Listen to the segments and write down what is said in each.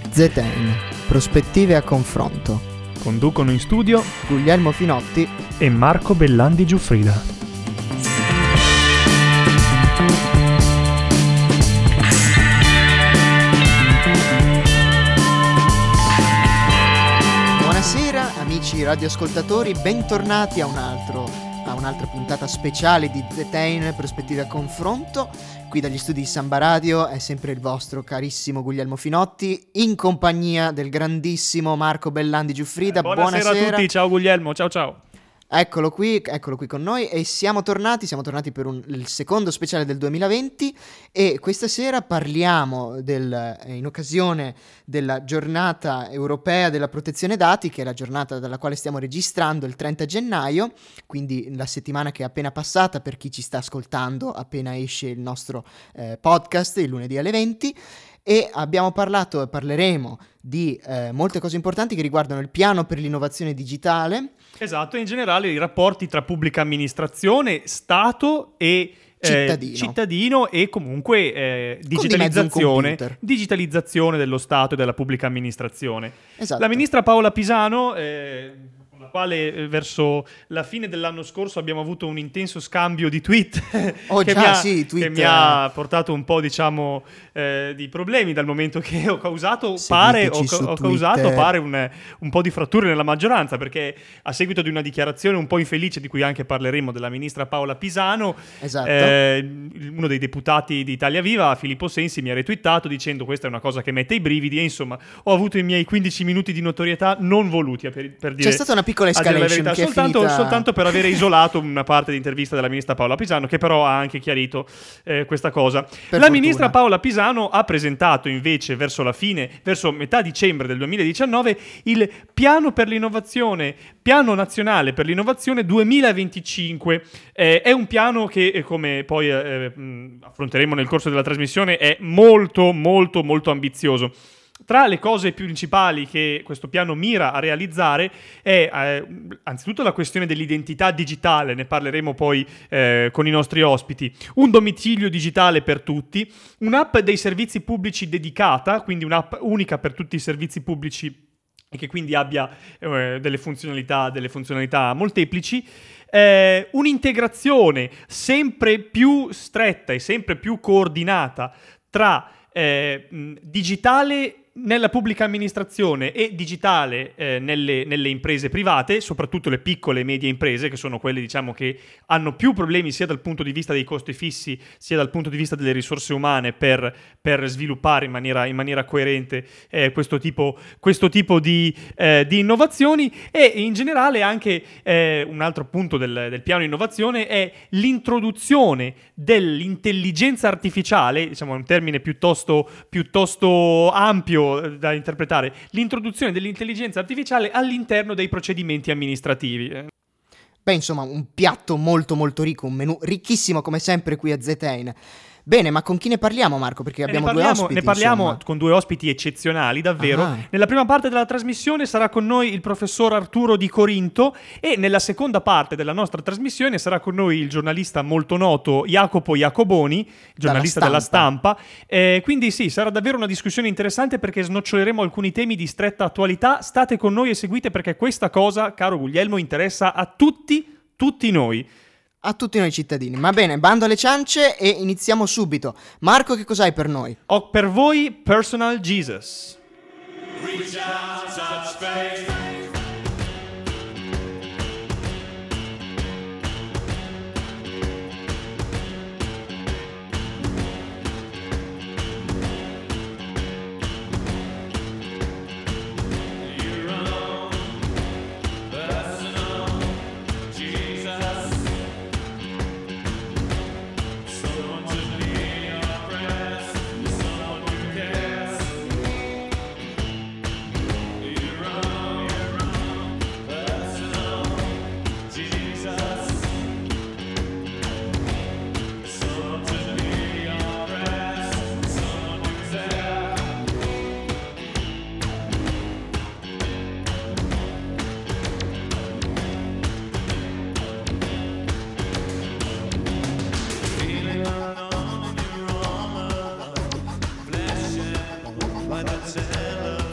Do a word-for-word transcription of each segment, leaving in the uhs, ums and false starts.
Zetain, prospettive a confronto. Conducono in studio Guglielmo Finotti e Marco Bellandi Giuffrida. Buonasera amici radioascoltatori, bentornati a un altro, a un'altra puntata speciale di Zetain, prospettive a confronto. Qui dagli studi di Samba Radio è sempre il vostro carissimo Guglielmo Finotti, in compagnia del grandissimo Marco Bellandi Giuffrida. Eh, buonasera, buonasera a tutti, ciao Guglielmo, ciao ciao. Eccolo qui, eccolo qui con noi e siamo tornati, siamo tornati per un, il secondo speciale del duemilaventi e questa sera parliamo del, in occasione della giornata europea della protezione dati, che è la giornata dalla quale stiamo registrando il trenta gennaio, quindi la settimana che è appena passata per chi ci sta ascoltando appena esce il nostro eh, podcast il lunedì alle venti. E abbiamo parlato e parleremo di eh, molte cose importanti che riguardano il piano per l'innovazione digitale. Esatto, e in generale i rapporti tra pubblica amministrazione, Stato e cittadino, eh, cittadino e comunque eh, digitalizzazione, digitalizzazione dello Stato e della pubblica amministrazione. Esatto. La ministra Paola Pisano... Eh, quale eh, verso la fine dell'anno scorso abbiamo avuto un intenso scambio di tweet oh, che, già, mi ha, sì, tweet che mi ha portato un po' diciamo eh, di problemi, dal momento che ho causato pare, ho, ho causato pare un, un po' di fratture nella maggioranza, perché a seguito di una dichiarazione un po' infelice di cui anche parleremo della ministra Paola Pisano, esatto. eh, uno dei deputati di Italia Viva, Filippo Sensi, mi ha retweetato dicendo questa è una cosa che mette i brividi e insomma ho avuto i miei quindici minuti di notorietà non voluti per, per dire... C'è stata una piccola escalation che soltanto, finita... soltanto per avere isolato una parte di intervista della ministra Paola Pisano, che però ha anche chiarito eh, questa cosa. Per la fortuna. ministra Paola Pisano ha presentato invece verso la fine, verso metà dicembre del duemiladiciannove, il piano per l'innovazione, piano nazionale per l'innovazione duemilaventicinque. Eh, è un piano che, eh, come poi eh, mh, affronteremo nel corso della trasmissione, è molto molto molto ambizioso. Tra le cose principali che questo piano mira a realizzare è eh, anzitutto la questione dell'identità digitale, ne parleremo poi eh, con i nostri ospiti, un domicilio digitale per tutti, un'app dei servizi pubblici dedicata, quindi un'app unica per tutti i servizi pubblici e che quindi abbia eh, delle funzionalità, delle funzionalità molteplici, eh, un'integrazione sempre più stretta e sempre più coordinata tra eh, digitale nella pubblica amministrazione e digitale eh, nelle, nelle imprese private, soprattutto le piccole e medie imprese, che sono quelle diciamo che hanno più problemi sia dal punto di vista dei costi fissi sia dal punto di vista delle risorse umane per, per sviluppare in maniera, in maniera coerente eh, questo tipo, questo tipo di, eh, di innovazioni. E in generale anche eh, un altro punto del, del piano innovazione è l'introduzione dell'intelligenza artificiale, diciamo un termine piuttosto, piuttosto ampio da interpretare, l'introduzione dell'intelligenza artificiale all'interno dei procedimenti amministrativi. Beh, insomma, un piatto molto molto ricco, un menù ricchissimo come sempre qui a Zetain. Bene, ma con chi ne parliamo, Marco? Perché abbiamo ne parliamo, due ospiti. Ne parliamo insomma. con due ospiti eccezionali, davvero. Ah. Nella prima parte della trasmissione sarà con noi il professor Arturo Di Corinto e nella seconda parte della nostra trasmissione sarà con noi il giornalista molto noto Jacopo Iacoboni, giornalista della stampa. Della stampa. Eh, quindi sì, sarà davvero una discussione interessante perché snoccioleremo alcuni temi di stretta attualità. State con noi e seguite perché questa cosa, caro Guglielmo, interessa a tutti, tutti noi. A tutti noi cittadini. Ma bene, bando alle ciance e iniziamo subito. Marco, che cos'hai per noi? Ho per voi Personal Jesus. Reach out, touch faith. Find a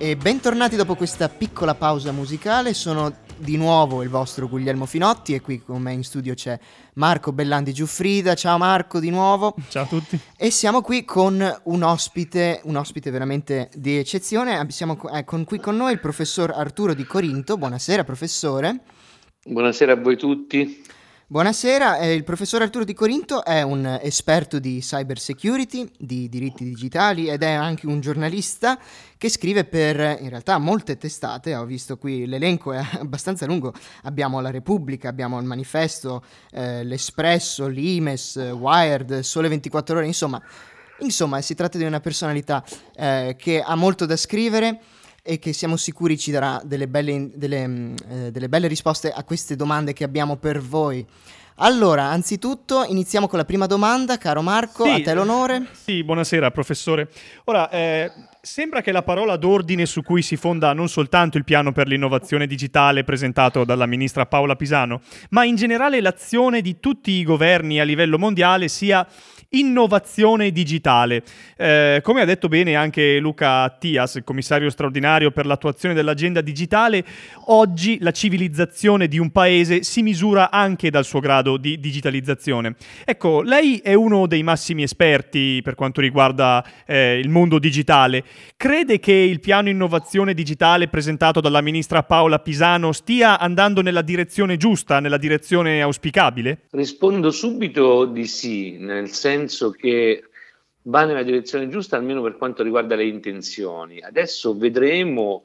E bentornati dopo questa piccola pausa musicale. Sono di nuovo il vostro Guglielmo Finotti e qui con me in studio c'è Marco Bellandi Giuffrida. Ciao Marco di nuovo. Ciao a tutti. E siamo qui con un ospite, un ospite veramente di eccezione. Siamo eh, con, qui con noi il professor Arturo Di Corinto. Buonasera professore. Buonasera a voi tutti. Buonasera, eh, il professor Arturo Di Corinto è un esperto di cyber security, di diritti digitali ed è anche un giornalista che scrive per, in realtà, molte testate. Ho visto qui l'elenco, è abbastanza lungo. Abbiamo La Repubblica, abbiamo il Manifesto, eh, l'Espresso, l'Imes, Wired, Sole ventiquattro Ore, insomma, insomma si tratta di una personalità eh, che ha molto da scrivere e che siamo sicuri ci darà delle belle, delle, eh, delle belle risposte a queste domande che abbiamo per voi. Allora, anzitutto iniziamo con la prima domanda, caro Marco, sì, a te l'onore. Sì, buonasera professore. Ora, eh, sembra che la parola d'ordine su cui si fonda non soltanto il piano per l'innovazione digitale presentato dalla ministra Paola Pisano, ma in generale l'azione di tutti i governi a livello mondiale sia innovazione digitale. Eh, come ha detto bene anche Luca Attias, il commissario straordinario per l'attuazione dell'agenda digitale, oggi la civilizzazione di un paese si misura anche dal suo grado di digitalizzazione. Ecco, lei è uno dei massimi esperti per quanto riguarda eh, il mondo digitale. Crede che il piano innovazione digitale presentato dalla ministra Paola Pisano stia andando nella direzione giusta, nella direzione auspicabile? Rispondo subito di sì, nel senso che va nella direzione giusta almeno per quanto riguarda le intenzioni. Adesso vedremo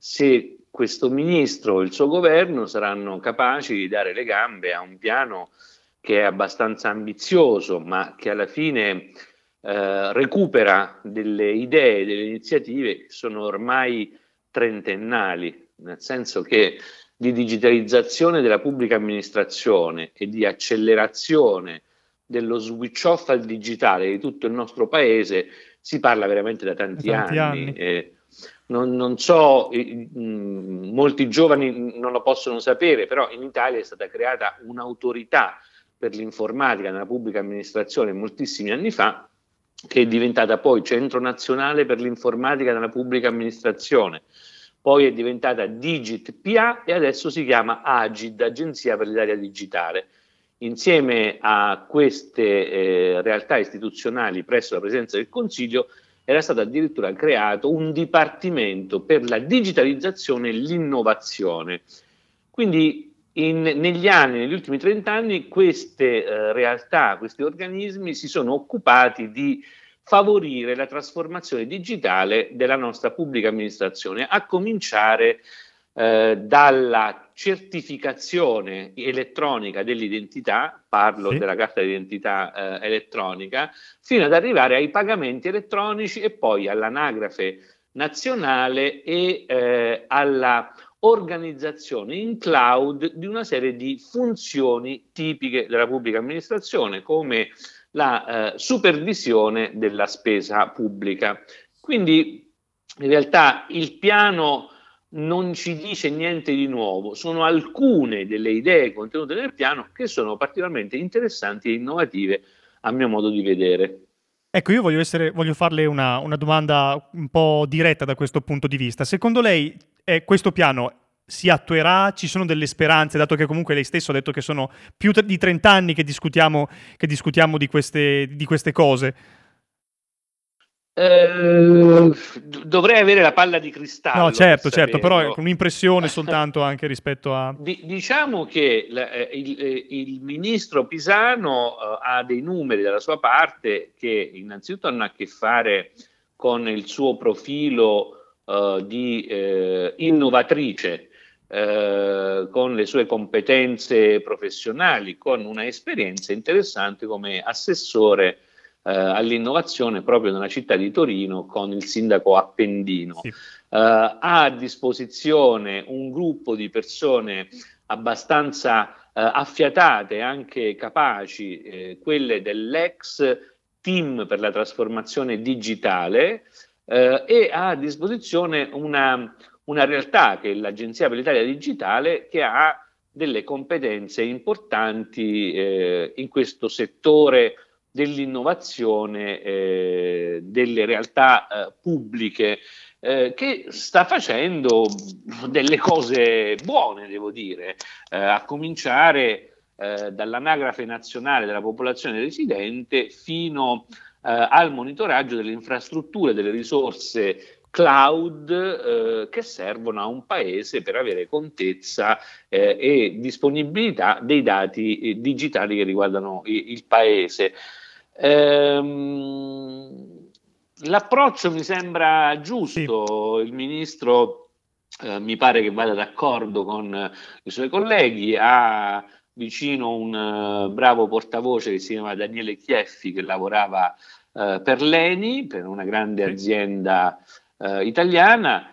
se questo ministro e il suo governo saranno capaci di dare le gambe a un piano che è abbastanza ambizioso, ma che alla fine eh, recupera delle idee, delle iniziative che sono ormai trentennali, nel senso che di digitalizzazione della pubblica amministrazione e di accelerazione dello switch off al digitale di tutto il nostro paese si parla veramente da tanti, tanti anni. anni. Eh, non, non so, eh, mh, molti giovani non lo possono sapere, però in Italia è stata creata un'autorità per l'informatica nella pubblica amministrazione moltissimi anni fa, che è diventata poi Centro Nazionale per l'Informatica nella Pubblica Amministrazione. Poi è diventata Digit P A e adesso si chiama Agid, Agenzia per l'Italia Digitale. Insieme a queste eh, realtà istituzionali presso la Presidenza del Consiglio era stato addirittura creato un dipartimento per la digitalizzazione e l'innovazione. Quindi in, negli anni, negli ultimi trent'anni, queste eh, realtà, questi organismi si sono occupati di favorire la trasformazione digitale della nostra pubblica amministrazione, a cominciare eh, dalla certificazione elettronica dell'identità, parlo Sì. della carta d'identità eh, elettronica, fino ad arrivare ai pagamenti elettronici e poi all'anagrafe nazionale e eh, alla organizzazione in cloud di una serie di funzioni tipiche della pubblica amministrazione, come la eh, supervisione della spesa pubblica. Quindi in realtà il piano non ci dice niente di nuovo, sono alcune delle idee contenute nel piano che sono particolarmente interessanti e innovative a mio modo di vedere. Ecco, io voglio, essere, voglio farle una, una domanda un po' diretta da questo punto di vista. Secondo lei eh, questo piano si attuerà? Ci sono delle speranze, dato che comunque lei stesso ha detto che sono più di trenta anni che discutiamo, che discutiamo di, queste, di queste cose? Eh, dovrei avere la palla di cristallo. No, certo, per certo, però saperlo. è un'impressione soltanto anche rispetto a... Di- diciamo che l- eh, il, eh, il ministro Pisano eh, ha dei numeri dalla sua parte che innanzitutto hanno a che fare con il suo profilo eh, di eh, innovatrice, eh, con le sue competenze professionali, con una esperienza interessante come assessore eh, all'innovazione proprio nella città di Torino con il sindaco Appendino. Sì. Uh, ha a disposizione un gruppo di persone abbastanza uh, affiatate e anche capaci, eh, quelle dell'ex team per la trasformazione digitale, uh, e ha a disposizione una, una realtà che è l'Agenzia per l'Italia Digitale, che ha delle competenze importanti eh, in questo settore dell'innovazione, eh, delle realtà eh, pubbliche. eh, che sta facendo delle cose buone, devo dire, eh, a cominciare eh, dall'anagrafe nazionale della popolazione residente fino eh, al monitoraggio delle infrastrutture, delle risorse cloud eh, che servono a un paese per avere contezza eh, e disponibilità dei dati eh, digitali che riguardano i- il paese. Ehm, L'approccio mi sembra giusto, il ministro eh, mi pare che vada d'accordo con eh, i suoi colleghi, ha vicino un eh, bravo portavoce che si chiama Daniele Chieffi, che lavorava eh, per l'Eni, per una grande Sì. azienda eh, italiana,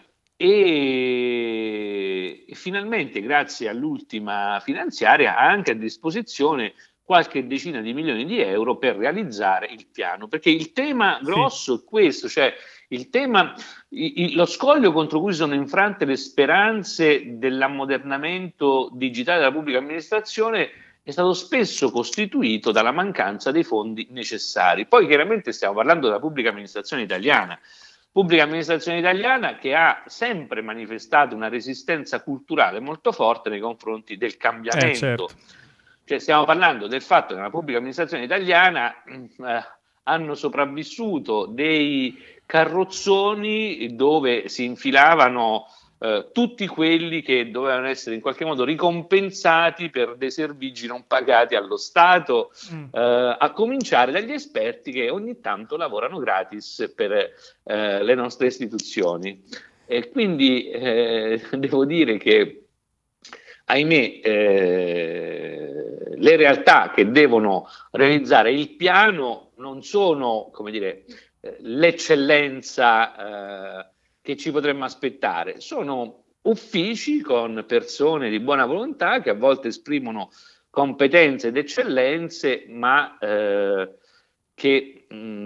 e, e finalmente, grazie all'ultima finanziaria, ha anche a disposizione qualche decina di milioni di euro per realizzare il piano, perché il tema grosso è questo, cioè il tema, i- i- lo scoglio contro cui sono infrante le speranze dell'ammodernamento digitale della pubblica amministrazione è stato spesso costituito dalla mancanza dei fondi necessari. Poi chiaramente stiamo parlando della pubblica amministrazione italiana, pubblica amministrazione italiana che ha sempre manifestato una resistenza culturale molto forte nei confronti del Eh, cambiamento. certo. Cioè, stiamo parlando del fatto che nella pubblica amministrazione italiana eh, hanno sopravvissuto dei carrozzoni dove si infilavano eh, tutti quelli che dovevano essere in qualche modo ricompensati per dei servigi non pagati allo Stato, Mm. eh, a cominciare dagli esperti che ogni tanto lavorano gratis per eh, le nostre istituzioni. E quindi eh, devo dire che, ahimè, eh, le realtà che devono realizzare il piano non sono, come dire, eh, l'eccellenza eh, che ci potremmo aspettare, sono uffici con persone di buona volontà che a volte esprimono competenze ed eccellenze, ma eh, che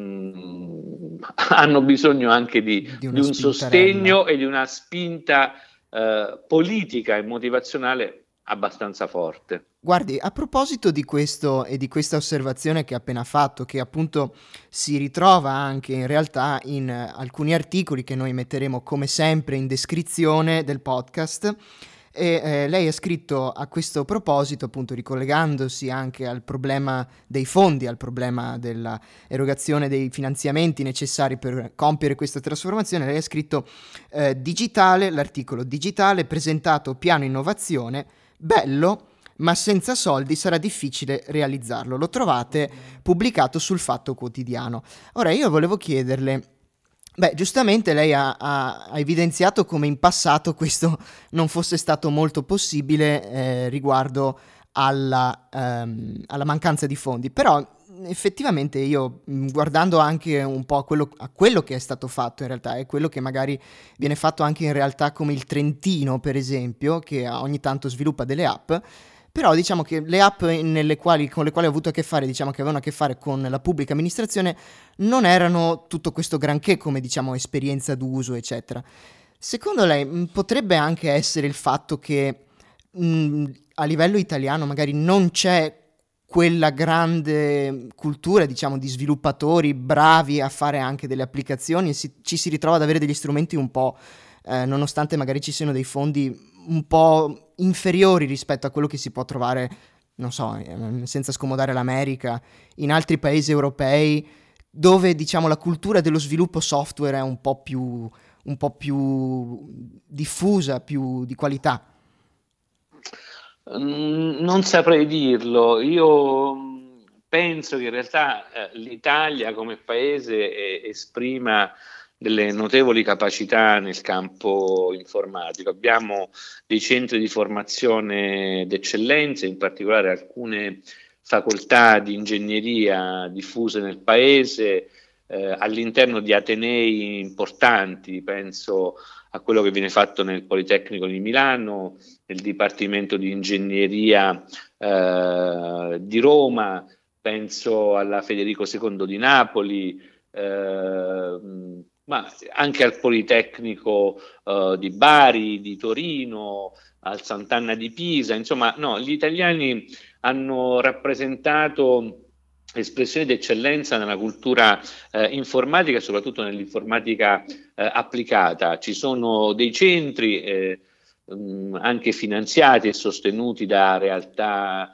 mh, hanno bisogno anche di, Di di una un spintarella. sostegno e di una spinta eh, politica e motivazionale abbastanza forte. Guardi, a proposito di questo e di questa osservazione che ha appena fatto, che appunto si ritrova anche in realtà in eh, alcuni articoli che noi metteremo come sempre in descrizione del podcast, e eh, lei ha scritto a questo proposito, appunto ricollegandosi anche al problema dei fondi, al problema della erogazione dei finanziamenti necessari per compiere questa trasformazione, lei ha scritto eh, digitale, l'articolo digitale, presentato piano innovazione, bello, ma senza soldi sarà difficile realizzarlo. Lo trovate pubblicato sul Fatto Quotidiano. Ora io volevo chiederle, beh, giustamente lei ha, ha- ha evidenziato come in passato questo non fosse stato molto possibile eh, riguardo alla, ehm, alla mancanza di fondi, però effettivamente io mh, guardando anche un po' a quello, a quello che è stato fatto in realtà e quello che magari viene fatto anche in realtà come il Trentino per esempio, che ogni tanto sviluppa delle app, però diciamo che le app nelle quali, con le quali ho avuto a che fare, diciamo che avevano a che fare con la pubblica amministrazione, non erano tutto questo granché come diciamo esperienza d'uso, eccetera. Secondo lei mh, potrebbe anche essere il fatto che mh, a livello italiano magari non c'è quella grande cultura, diciamo, di sviluppatori bravi a fare anche delle applicazioni e si- ci si ritrova ad avere degli strumenti un po', eh, nonostante magari ci siano dei fondi un po' inferiori rispetto a quello che si può trovare, non so, eh, senza scomodare l'America, in altri paesi europei, dove diciamo la cultura dello sviluppo software è un po' più, un po' più diffusa, più di qualità. Mm, Non saprei dirlo, io mm, penso che in realtà eh, l'Italia come paese eh, esprima delle notevoli capacità nel campo informatico. Abbiamo dei centri di formazione d'eccellenza, in particolare alcune facoltà di ingegneria diffuse nel paese, eh, all'interno di atenei importanti, penso a quello che viene fatto nel Politecnico di Milano, nel Dipartimento di Ingegneria eh, di Roma, penso alla Federico secondo di Napoli, eh, ma anche al Politecnico eh, di Bari, di Torino, al Sant'Anna di Pisa. Insomma, no, gli italiani hanno rappresentato espressione d'eccellenza nella cultura eh, informatica e soprattutto nell'informatica eh, applicata. Ci sono dei centri eh, mh, anche finanziati e sostenuti da realtà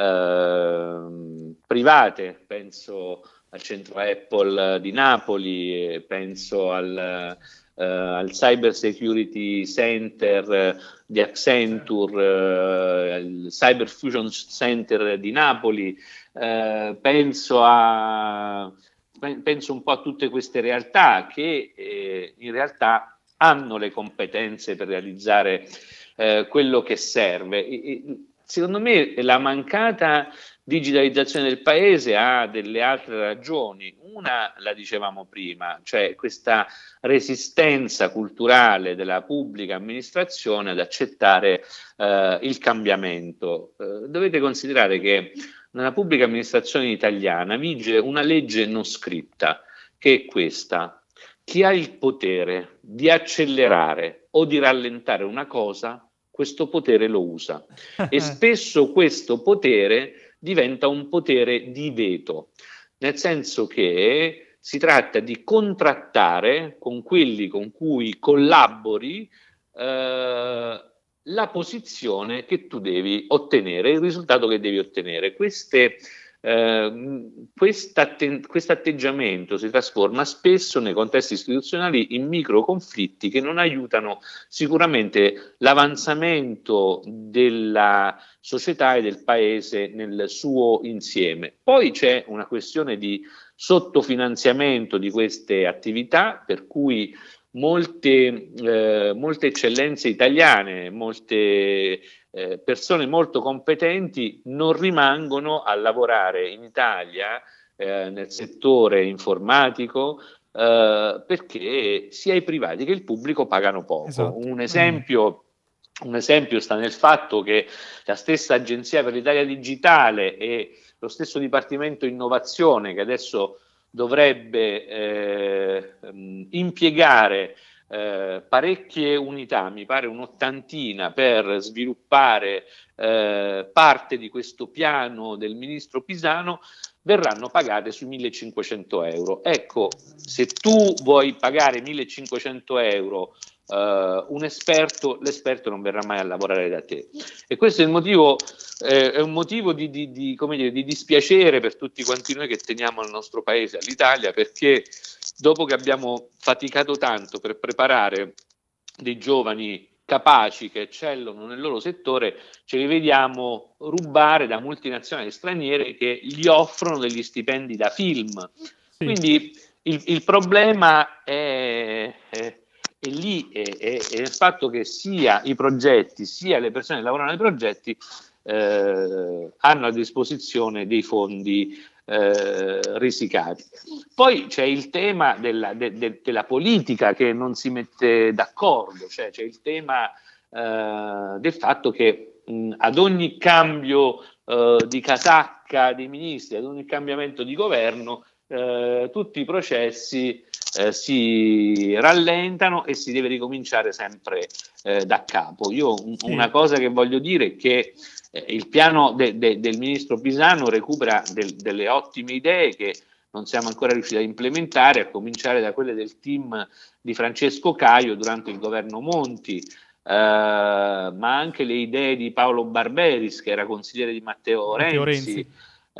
eh, private, penso al centro Apple di Napoli, eh, penso al, eh, al Cyber Security Center di Accenture, eh, il Cyber Fusion Center di Napoli. Uh, penso, a, penso un po' a tutte queste realtà che eh, in realtà hanno le competenze per realizzare eh, quello che serve. E, e, secondo me la mancata digitalizzazione del paese ha delle altre ragioni. Una la dicevamo prima, cioè questa resistenza culturale della pubblica amministrazione ad accettare eh, il cambiamento. Eh, dovete considerare che nella pubblica amministrazione italiana vige una legge non scritta, che è questa: chi ha il potere di accelerare o di rallentare una cosa, questo potere lo usa. E spesso questo potere diventa un potere di veto, nel senso che si tratta di contrattare con quelli con cui collabori eh, la posizione che tu devi ottenere, il risultato che devi ottenere. Queste, eh, questo atteggiamento si trasforma spesso nei contesti istituzionali in micro conflitti che non aiutano sicuramente l'avanzamento della società e del paese nel suo insieme. Poi c'è una questione di sottofinanziamento di queste attività, per cui Molte, eh, molte eccellenze italiane, molte eh, persone molto competenti non rimangono a lavorare in Italia eh, nel settore informatico eh, perché sia i privati che il pubblico pagano poco. Esatto. Un esempio, un esempio sta nel fatto che la stessa Agenzia per l'Italia Digitale e lo stesso Dipartimento Innovazione, che adesso dovrebbe eh, impiegare eh, parecchie unità, mi pare un'ottantina, per sviluppare eh, parte di questo piano del ministro Pisano, verranno pagate sui millecinquecento euro. Ecco, se tu vuoi pagare millecinquecento euro Uh, un esperto, l'esperto non verrà mai a lavorare da te, e questo è il motivo, eh, è un motivo di, di, di, come dire, di dispiacere per tutti quanti noi che teniamo al nostro paese, all'Italia, perché dopo che abbiamo faticato tanto per preparare dei giovani capaci che eccellono nel loro settore, ce li vediamo rubare da multinazionali straniere che gli offrono degli stipendi da film. Sì. Quindi il, il problema è, è E lì è, è, è il fatto che sia i progetti sia le persone che lavorano nei progetti eh, hanno a disposizione dei fondi eh, risicati. Poi c'è il tema della, de, de, della politica che non si mette d'accordo, cioè c'è il tema eh, del fatto che mh, ad ogni cambio eh, di casacca dei ministri, ad ogni cambiamento di governo, eh, tutti i processi Eh, si rallentano e si deve ricominciare sempre eh, da capo. Io un, sì. Una cosa che voglio dire è che eh, il piano de, de, del ministro Pisano recupera del, delle ottime idee che non siamo ancora riusciti a implementare, a cominciare da quelle del team di Francesco Caio durante il governo Monti, eh, ma anche le idee di Paolo Barberis, che era consigliere di Matteo, Matteo Renzi, Renzi.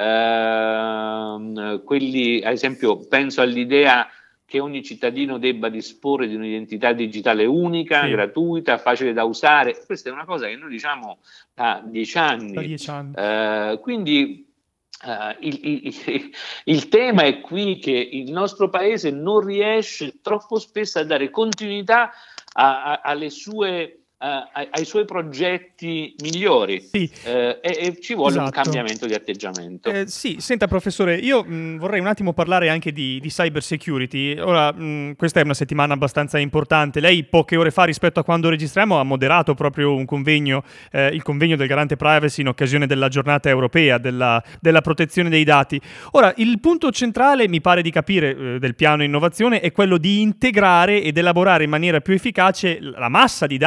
Eh, quelli, ad esempio, penso all'idea che ogni cittadino debba disporre di un'identità digitale unica, sì. gratuita, facile da usare. Questa è una cosa che noi diciamo da dieci anni. Da dieci anni. Uh, quindi uh, il, il, il tema è qui che il nostro paese non riesce troppo spesso a dare continuità a, a, alle sue... Uh, ai, ai suoi progetti migliori, sì. uh, e, e ci vuole esatto. un cambiamento di atteggiamento. Eh, sì, senta professore, io mh, vorrei un attimo parlare anche di, di cyber security. Ora, mh, questa è una settimana abbastanza importante. Lei poche ore fa rispetto a quando registriamo ha moderato proprio un convegno, eh, il convegno del Garante Privacy in occasione della giornata europea della, della protezione dei dati. Ora, il punto centrale, mi pare di capire, eh, del piano innovazione è quello di integrare ed elaborare in maniera più efficace la massa di dati che la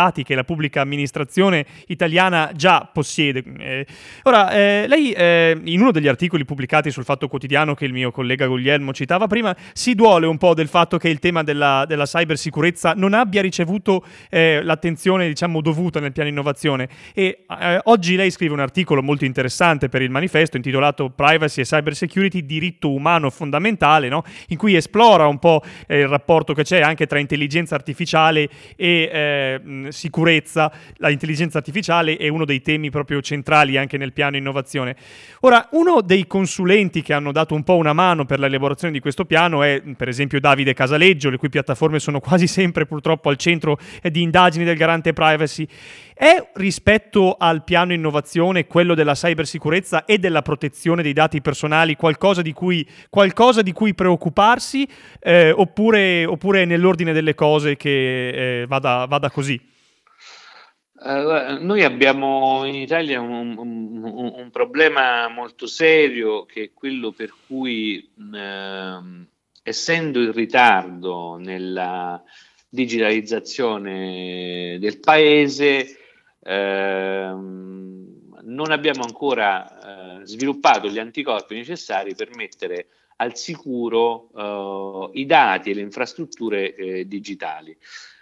pubblica amministrazione italiana già possiede. Eh, ora, eh, lei eh, in uno degli articoli pubblicati sul Fatto Quotidiano che il mio collega Guglielmo citava prima, si duole un po' del fatto che il tema della, della cybersicurezza non abbia ricevuto eh, l'attenzione, diciamo, dovuta nel piano innovazione. E eh, oggi lei scrive un articolo molto interessante per il Manifesto intitolato Privacy e Cybersecurity, diritto umano fondamentale, no? In cui esplora un po' eh, il rapporto che c'è anche tra intelligenza artificiale e eh, mh, sicurezza. La intelligenza artificiale è uno dei temi proprio centrali anche nel piano innovazione. Ora, uno dei consulenti che hanno dato un po' una mano per l'elaborazione di questo piano è per esempio Davide Casaleggio, le cui piattaforme sono quasi sempre purtroppo al centro eh, di indagini del garante privacy. È rispetto al piano innovazione, quello della cybersicurezza e della protezione dei dati personali, qualcosa di cui, qualcosa di cui preoccuparsi eh, oppure, oppure è nell'ordine delle cose che eh, vada, vada così? Uh, noi abbiamo in Italia un, un, un, un problema molto serio, che è quello per cui uh, essendo in ritardo nella digitalizzazione del paese, uh, non abbiamo ancora uh, sviluppato gli anticorpi necessari per mettere al sicuro uh, i dati e le infrastrutture uh, digitali.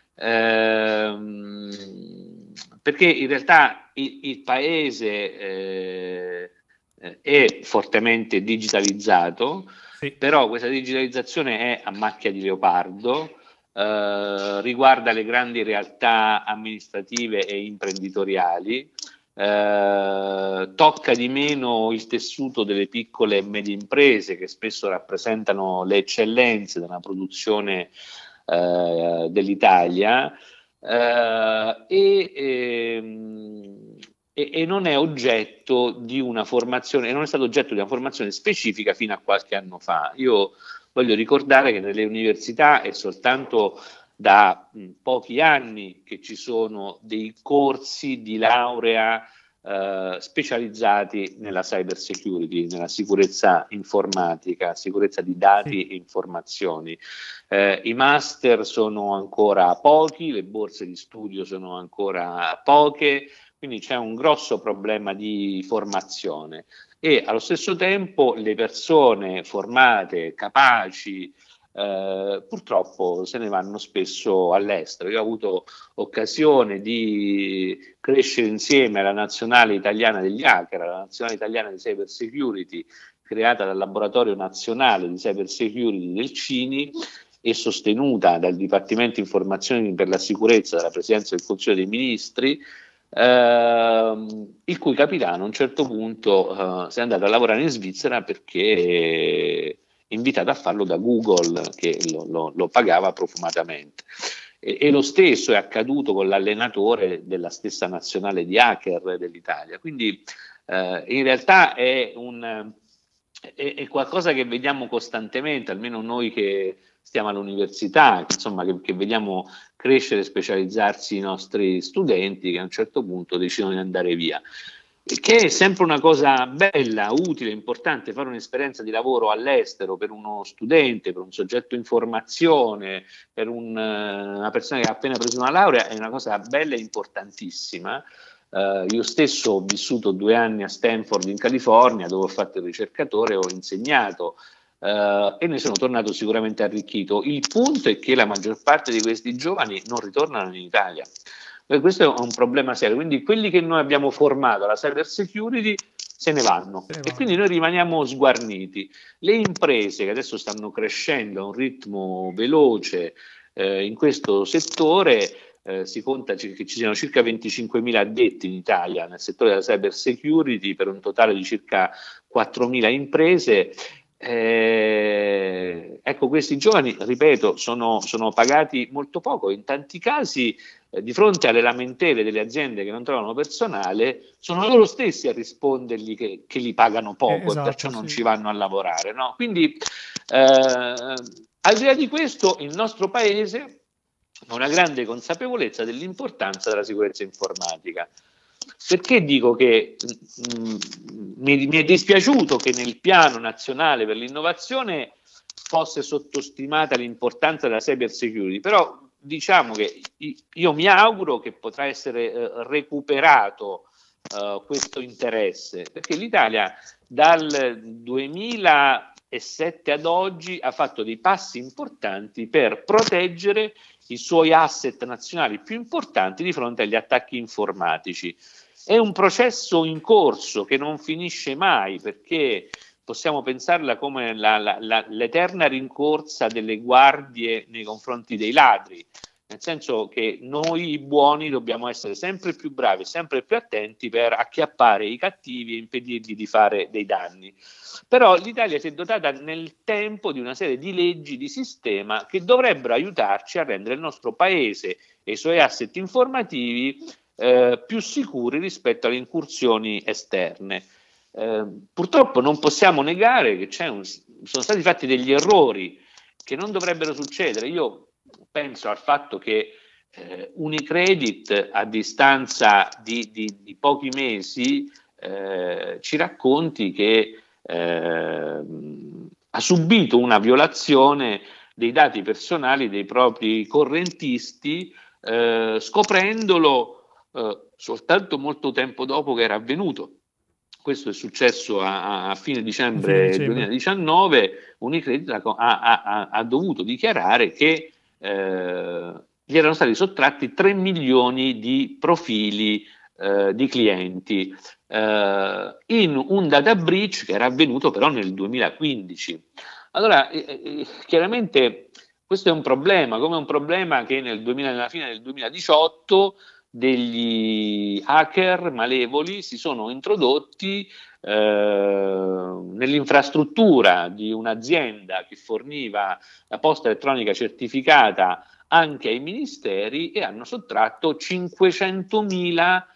Ehm, perché in realtà il, il paese eh, è fortemente digitalizzato, sì. Però questa digitalizzazione è a macchia di leopardo, eh, riguarda le grandi realtà amministrative e imprenditoriali, eh, tocca di meno il tessuto delle piccole e medie imprese, che spesso rappresentano le eccellenze della produzione Uh, dell'Italia, uh, e, ehm, e, e non è oggetto di una formazione, non è stato oggetto di una formazione specifica fino a qualche anno fa. Io voglio ricordare che nelle università è soltanto da mh, pochi anni che ci sono dei corsi di laurea Uh, specializzati nella cyber security, nella sicurezza informatica, sicurezza di dati e informazioni. Uh, I master sono ancora pochi, le borse di studio sono ancora poche, quindi c'è un grosso problema di formazione e allo stesso tempo le persone formate, capaci, Uh, purtroppo se ne vanno spesso all'estero. Io ho avuto occasione di crescere insieme alla nazionale italiana degli hacker, alla nazionale italiana di cyber security, creata dal laboratorio nazionale di cyber security del CINI e sostenuta dal Dipartimento Informazioni per la Sicurezza della Presidenza del Consiglio dei Ministri, uh, il cui capitano a un certo punto uh, si è andato a lavorare in Svizzera perché invitato a farlo da Google, che lo, lo, lo pagava profumatamente. E, e lo stesso è accaduto con l'allenatore della stessa nazionale di hacker dell'Italia. Quindi eh, in realtà è, un, è, è qualcosa che vediamo costantemente, almeno noi che stiamo all'università, insomma, che, che vediamo crescere e specializzarsi i nostri studenti, che a un certo punto decidono di andare via. Che è sempre una cosa bella, utile, importante. Fare un'esperienza di lavoro all'estero per uno studente, per un soggetto in formazione, per un, una persona che ha appena preso una laurea, è una cosa bella e importantissima. Uh, io stesso ho vissuto due anni a Stanford in California, dove ho fatto il ricercatore, ho insegnato uh, e ne sono tornato sicuramente arricchito. Il punto è che la maggior parte di questi giovani non ritornano in Italia. Questo è un problema serio, quindi quelli che noi abbiamo formato alla cyber security se ne vanno se ne e quindi noi rimaniamo sguarniti. Le imprese che adesso stanno crescendo a un ritmo veloce eh, in questo settore, eh, si conta che ci siano circa venticinquemila addetti in Italia nel settore della cyber security per un totale di circa quattromila imprese. Eh, ecco, questi giovani, ripeto, sono, sono pagati molto poco, in tanti casi eh, di fronte alle lamentele delle aziende che non trovano personale, sono loro stessi a rispondergli che, che li pagano poco, eh, esatto, e perciò non sì. ci vanno a lavorare, no? Quindi eh, al di là di questo il nostro paese ha una grande consapevolezza dell'importanza della sicurezza informatica. Perché dico che mh, mi, mi è dispiaciuto che nel piano nazionale per l'innovazione fosse sottostimata l'importanza della cyber security, però diciamo che io mi auguro che potrà essere eh, recuperato eh, questo interesse, perché l'Italia dal duemilasette ad oggi ha fatto dei passi importanti per proteggere i suoi asset nazionali più importanti di fronte agli attacchi informatici. È un processo in corso che non finisce mai, perché possiamo pensarla come la, la, la, l'eterna rincorsa delle guardie nei confronti dei ladri, nel senso che noi buoni dobbiamo essere sempre più bravi, sempre più attenti per acchiappare i cattivi e impedirgli di fare dei danni. Però l'Italia si è dotata nel tempo di una serie di leggi di sistema che dovrebbero aiutarci a rendere il nostro paese e i suoi asset informativi eh, più sicuri rispetto alle incursioni esterne. Eh, purtroppo non possiamo negare che c'è un, sono stati fatti degli errori che non dovrebbero succedere. Io penso al fatto che eh, Unicredit a distanza di, di, di pochi mesi eh, ci racconti che eh, ha subito una violazione dei dati personali dei propri correntisti, eh, scoprendolo eh, soltanto molto tempo dopo che era avvenuto. Questo è successo a, a fine dicembre, dicembre duemiladiciannove. Unicredit ha, ha, ha dovuto dichiarare che eh, gli erano stati sottratti tre milioni di profili eh, di clienti eh, in un data breach che era avvenuto però nel duemilaquindici. Allora, eh, chiaramente questo è un problema, come un problema che nel duemila, nella fine del duemiladiciotto degli hacker malevoli si sono introdotti eh, nell'infrastruttura di un'azienda che forniva la posta elettronica certificata anche ai ministeri e hanno sottratto cinquecentomila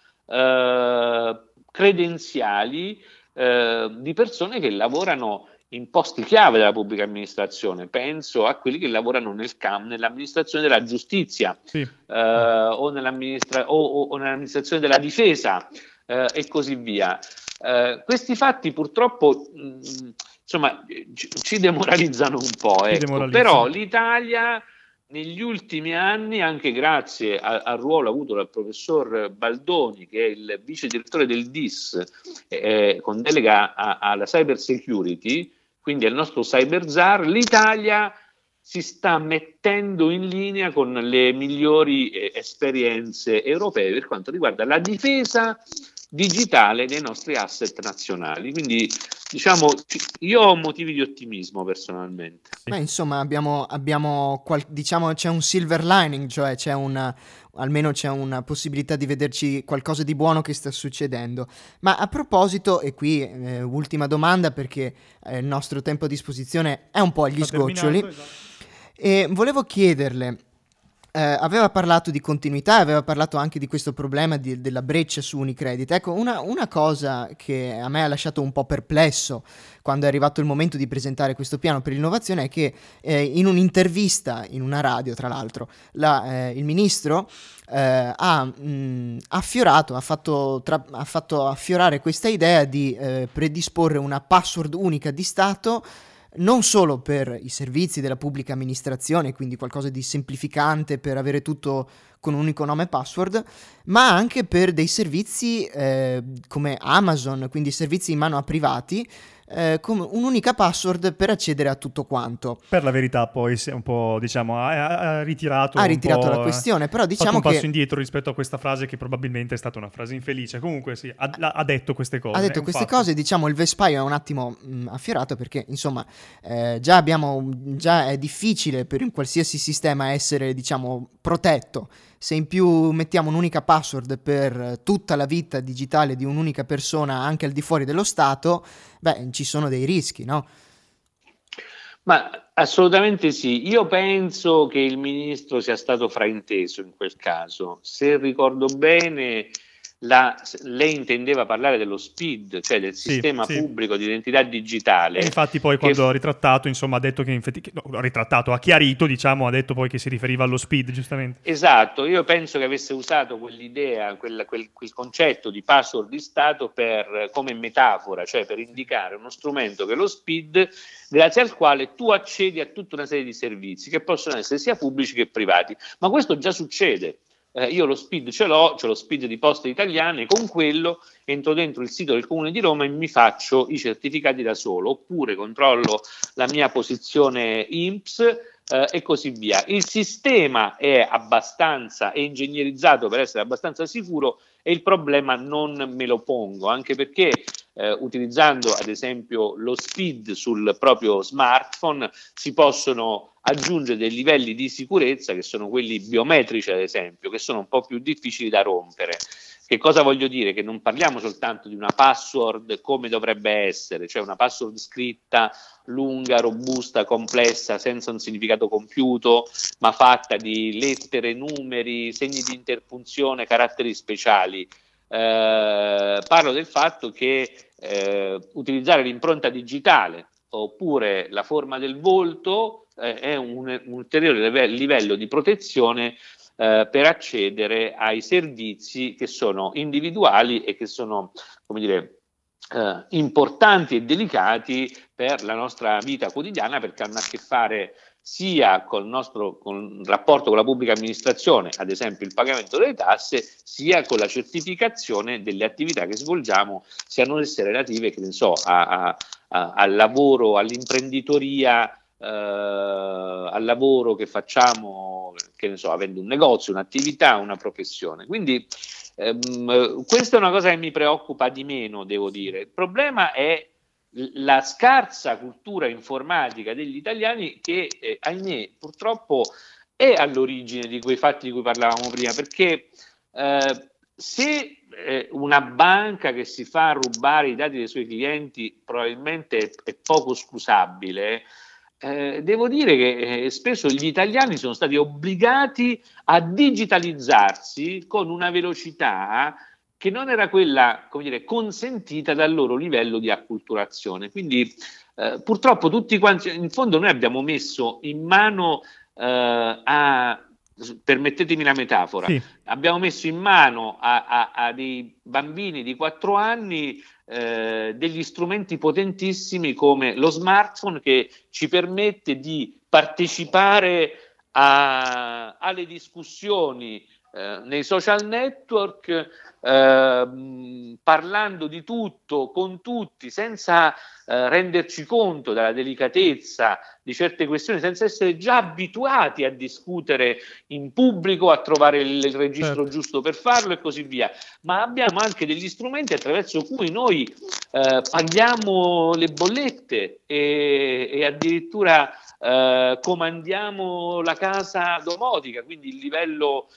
eh, credenziali eh, di persone che lavorano in posti chiave della pubblica amministrazione. Penso a quelli che lavorano nel C A M, nell'amministrazione della giustizia, sì. eh, o, nell'amministra- o, o, o nell'amministrazione della difesa eh, e così via. Eh, questi fatti purtroppo mh, insomma ci, ci demoralizzano un po', ecco. Però l'Italia negli ultimi anni, anche grazie a, al ruolo avuto dal professor Baldoni, che è il vice direttore del D I S eh, con delega a, alla cyber security, quindi al nostro cyber czar, l'Italia si sta mettendo in linea con le migliori eh, esperienze europee per quanto riguarda la difesa digitale dei nostri asset nazionali. Quindi diciamo io ho motivi di ottimismo personalmente. Beh, insomma abbiamo, abbiamo qual- diciamo c'è un silver lining, cioè c'è una, almeno c'è una possibilità di vederci qualcosa di buono che sta succedendo. Ma a proposito, e qui eh, ultima domanda perché eh, il nostro tempo a disposizione è un po' agli Sta sgoccioli, terminando, esatto. E volevo chiederle, eh, aveva parlato di continuità, aveva parlato anche di questo problema di- della breccia su Unicredit. Ecco, una, una cosa che a me ha lasciato un po' perplesso quando è arrivato il momento di presentare questo piano per l'innovazione è che eh, in un'intervista, in una radio tra l'altro, la, eh, il ministro eh, ha mh, affiorato, ha fatto, tra- ha fatto affiorare questa idea di eh, predisporre una password unica di Stato non solo per i servizi della pubblica amministrazione, quindi qualcosa di semplificante per avere tutto con un unico nome e password, ma anche per dei servizi eh, come Amazon, quindi servizi in mano a privati, eh, con un'unica password per accedere a tutto quanto. Per la verità poi si è un po', diciamo, ha, ha- ha ritirato Ha un ritirato po', la questione, però ha fatto diciamo un passo che indietro rispetto a questa frase che probabilmente è stata una frase infelice. Comunque sì, ha, ha detto queste cose. ha è detto un queste fatto. cose, diciamo il vespaio è un attimo mh, affiorato perché insomma eh, già abbiamo già è difficile per un qualsiasi sistema essere diciamo protetto. Se in più mettiamo un'unica password per tutta la vita digitale di un'unica persona anche al di fuori dello Stato, beh, ci sono dei rischi, no? Ma assolutamente sì, io penso che il ministro sia stato frainteso in quel caso. Se ricordo bene, la, lei intendeva parlare dello S P I D, cioè del Sì, sistema sì. pubblico di identità digitale. E infatti poi che quando f- ha ritrattato, insomma, ha detto che infatti, che- no, ha ritrattato, ha chiarito, diciamo, ha detto poi che si riferiva allo S P I D, giustamente. Esatto, io penso che avesse usato quell'idea, quel, quel- quel concetto di password di Stato per, come metafora, cioè per indicare uno strumento che è lo S P I D, grazie al quale tu accedi a tutta una serie di servizi che possono essere sia pubblici che privati. Ma questo già succede. Eh, io lo S P I D ce l'ho, c'ho lo S P I D di Poste Italiane, con quello entro dentro il sito del Comune di Roma e mi faccio i certificati da solo, oppure controllo la mia posizione I N P S eh, e così via. Il sistema è abbastanza, è ingegnerizzato per essere abbastanza sicuro e il problema non me lo pongo, anche perché eh, utilizzando ad esempio lo S P I D sul proprio smartphone si possono aggiungere dei livelli di sicurezza che sono quelli biometrici, ad esempio, che sono un po' più difficili da rompere. Che cosa voglio dire? Che non parliamo soltanto di una password come dovrebbe essere, cioè una password scritta lunga, robusta, complessa, senza un significato compiuto, ma fatta di lettere, numeri, segni di interpunzione, caratteri speciali. Eh, parlo del fatto che eh, utilizzare l'impronta digitale oppure la forma del volto eh, è un, un ulteriore livello di protezione eh, per accedere ai servizi che sono individuali e che sono, come dire, eh, importanti e delicati per la nostra vita quotidiana, perché hanno a che fare sia col nostro con il rapporto con la pubblica amministrazione, ad esempio il pagamento delle tasse, sia con la certificazione delle attività che svolgiamo, siano esse relative, che ne so, a, a, a, al lavoro, all'imprenditoria, eh, al lavoro che facciamo, che ne so, avendo un negozio, un'attività, una professione. Quindi ehm, questa è una cosa che mi preoccupa di meno, devo dire. Il problema è la scarsa cultura informatica degli italiani che, eh, ahimè, purtroppo è all'origine di quei fatti di cui parlavamo prima, perché eh, se eh, una banca che si fa rubare i dati dei suoi clienti probabilmente è, è poco scusabile, eh, devo dire che eh, spesso gli italiani sono stati obbligati a digitalizzarsi con una velocità che non era quella, come dire, consentita dal loro livello di acculturazione. Quindi eh, purtroppo tutti quanti, in fondo noi abbiamo messo in mano eh, a, permettetemi la metafora, Sì, abbiamo messo in mano a, a, a dei bambini di quattro anni eh, degli strumenti potentissimi come lo smartphone, che ci permette di partecipare a, alle discussioni eh, nei social network, eh, parlando di tutto, con tutti, senza eh, renderci conto della delicatezza di certe questioni, senza essere già abituati a discutere in pubblico, a trovare il, il registro certo. giusto per farlo e così via. Ma abbiamo anche degli strumenti attraverso cui noi eh, paghiamo le bollette e, e addirittura eh, comandiamo la casa domotica, quindi il livello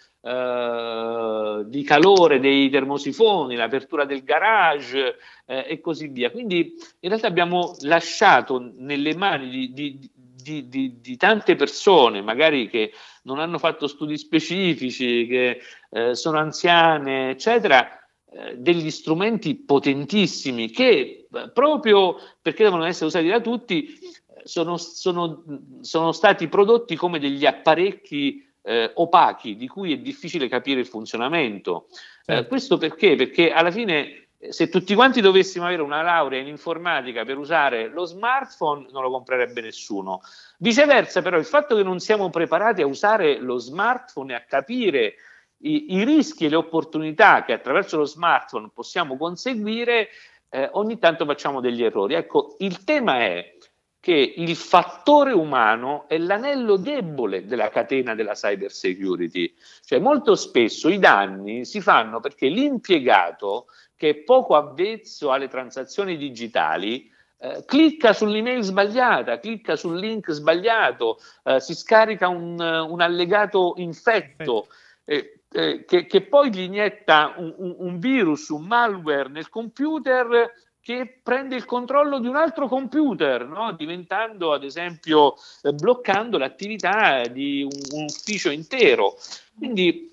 eh, di calore dei termosifoni, l'apertura del garage eh, e così via. Quindi in realtà abbiamo lasciato nelle mani di, di, di, di, di tante persone, magari che non hanno fatto studi specifici, che eh, sono anziane, eccetera, eh, degli strumenti potentissimi che eh, proprio perché devono essere usati da tutti sono, sono, sono stati prodotti come degli apparecchi eh, opachi di cui è difficile capire il funzionamento. Certo. Eh, questo perché? Perché alla fine se tutti quanti dovessimo avere una laurea in informatica per usare lo smartphone non lo comprerebbe nessuno. Viceversa, però, il fatto che non siamo preparati a usare lo smartphone e a capire i, i rischi e le opportunità che attraverso lo smartphone possiamo conseguire, eh, ogni tanto facciamo degli errori. Ecco, il tema è che il fattore umano è l'anello debole della catena della cyber security. Cioè, molto spesso i danni si fanno perché l'impiegato, che è poco avvezzo alle transazioni digitali, eh, clicca sull'email sbagliata, clicca sul link sbagliato, eh, si scarica un, un allegato infetto, eh, eh, che, che poi gli inietta un, un, un virus, un malware nel computer che prende il controllo di un altro computer, no? Diventando ad esempio eh, bloccando l'attività di un, un ufficio intero. Quindi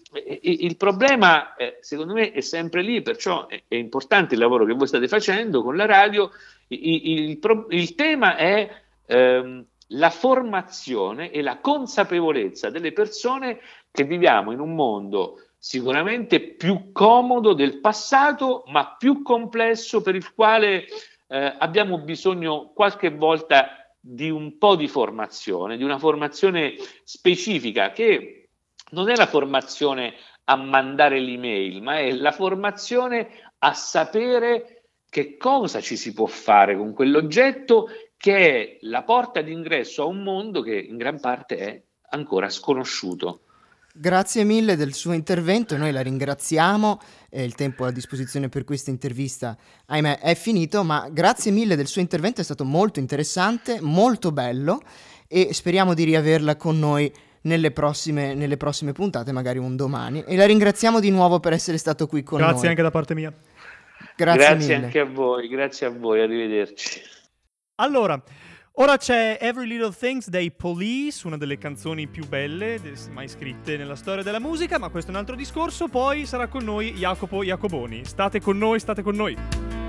e- e- il problema, eh, secondo me, è sempre lì, perciò è, è importante il lavoro che voi state facendo con la radio. I- i- il, pro- il tema è ehm, la formazione e la consapevolezza delle persone che viviamo in un mondo sicuramente più comodo del passato, ma più complesso, per il quale eh, abbiamo bisogno qualche volta di un po' di formazione, di una formazione specifica che non è la formazione a mandare l'email, ma è la formazione a sapere che cosa ci si può fare con quell'oggetto, che è la porta d'ingresso a un mondo che in gran parte è ancora sconosciuto. Grazie mille del suo intervento, noi la ringraziamo, eh, il tempo a disposizione per questa intervista, ahimè, è finito, ma grazie mille del suo intervento, è stato molto interessante, molto bello e speriamo di riaverla con noi nelle prossime, nelle prossime puntate, magari un domani. E la ringraziamo di nuovo per essere stato qui con Grazie noi. anche da parte mia. Grazie, Grazie mille. anche a voi, grazie a voi, arrivederci. Allora, ora c'è Every Little Things dei Police, una delle canzoni più belle des- mai scritte nella storia della musica, ma questo è un altro discorso. Poi sarà con noi Jacopo Iacoboni. State con noi, state con noi.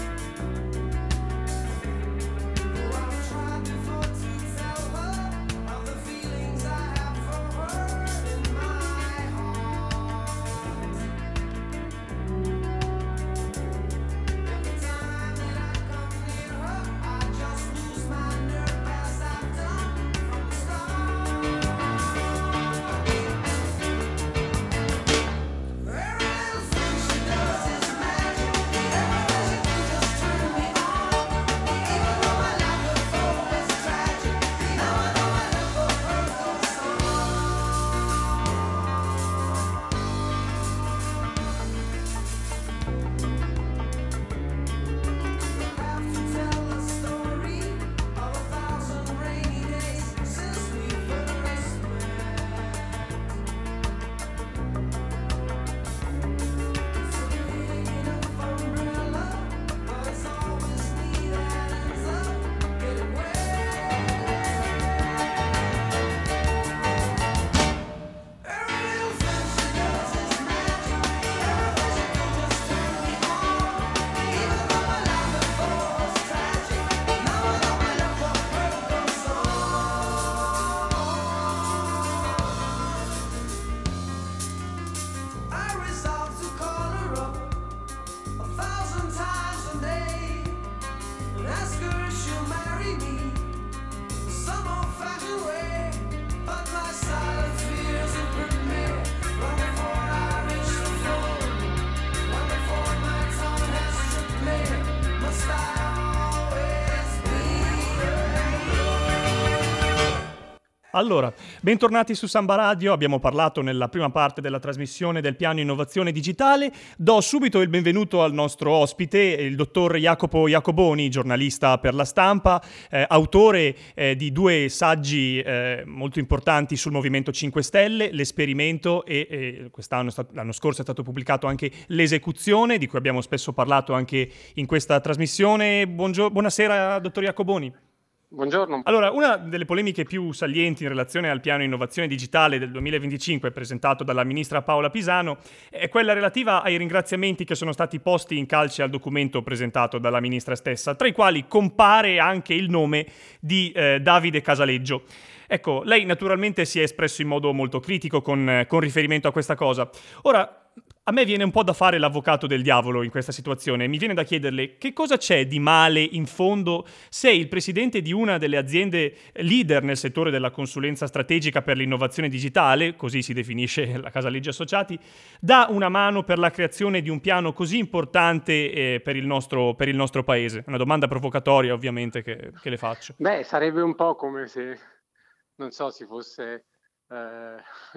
Allora, bentornati su Samba Radio, abbiamo parlato nella prima parte della trasmissione del piano innovazione digitale. Do subito il benvenuto al nostro ospite, il dottor Jacopo Iacoboni, giornalista per La Stampa, eh, autore eh, di due saggi eh, molto importanti sul Movimento cinque Stelle, L'esperimento e eh, quest'anno, l'anno scorso è stato pubblicato anche L'esecuzione, di cui abbiamo spesso parlato anche in questa trasmissione. Buongio- buonasera, dottor Iacoboni. Buongiorno. Allora, una delle polemiche più salienti in relazione al piano innovazione digitale del duemilaventicinque presentato dalla ministra Paola Pisano è quella relativa ai ringraziamenti che sono stati posti in calce al documento presentato dalla ministra stessa, tra i quali compare anche il nome di eh, Davide Casaleggio. Ecco, lei naturalmente si è espresso in modo molto critico con, con riferimento a questa cosa. Ora, a me viene un po' da fare l'avvocato del diavolo in questa situazione. Mi viene da chiederle che cosa c'è di male in fondo se il presidente di una delle aziende leader nel settore della consulenza strategica per l'innovazione digitale, così si definisce la Casaleggio Associati, dà una mano per la creazione di un piano così importante eh, per, il nostro, per il nostro paese. Una domanda provocatoria, ovviamente, che, che le faccio. Beh, sarebbe un po' come se, non so, si fosse... Eh,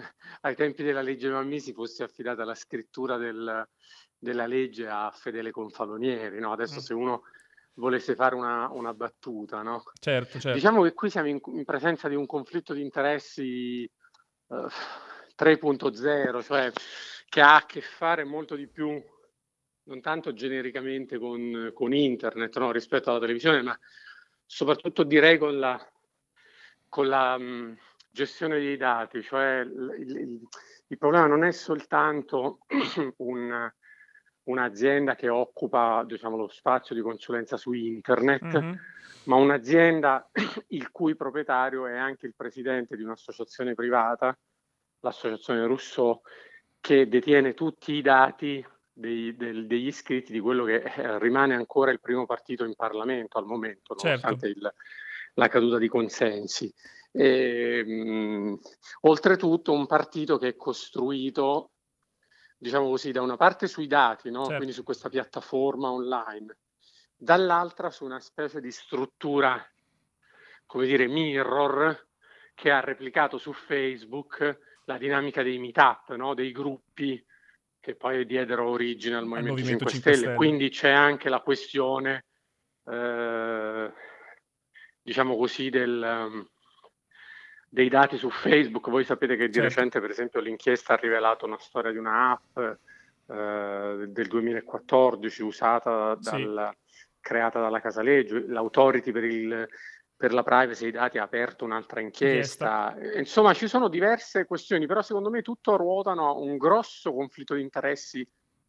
ai tempi della legge Mammì si fosse affidata la scrittura del, della legge a Fedele Confalonieri, no? Adesso mm. se uno volesse fare una, una battuta, no? Certo, certo. Diciamo che qui siamo in, in presenza di un conflitto di interessi eh, tre punto zero, cioè che ha a che fare molto di più, non tanto genericamente con, con internet, no? Rispetto alla televisione, ma soprattutto direi con la... Con la mh, gestione dei dati, cioè il, il- il problema non è soltanto un- un'azienda che occupa, diciamo, lo spazio di consulenza su internet, Mhm. ma un'azienda il cui proprietario è anche il presidente di un'associazione privata, l'associazione Rousseau, che detiene tutti i dati dei- del- degli iscritti di quello che eh, rimane ancora il primo partito in Parlamento al momento, Certo. nonostante il- la caduta di consensi. E, mh, oltretutto un partito che è costruito, diciamo così, da una parte sui dati, no? Certo. Quindi su questa piattaforma online, dall'altra su una specie di struttura, come dire, mirror, che ha replicato su Facebook la dinamica dei meetup, no? Dei gruppi che poi diedero origine al Movimento, Movimento cinque cinque Stelle. Stelle. Quindi c'è anche la questione, eh, diciamo così, del, um, dei dati su Facebook. Voi sapete che di Certo. recente, per esempio, l'inchiesta ha rivelato una storia di una app eh, del duemilaquattordici usata dal, creata dalla Casaleggio. L'Authority per, il, per la privacy dei dati ha aperto un'altra inchiesta. Inchiesta. Insomma, ci sono diverse questioni, però secondo me tutto ruotano a un grosso conflitto di interessi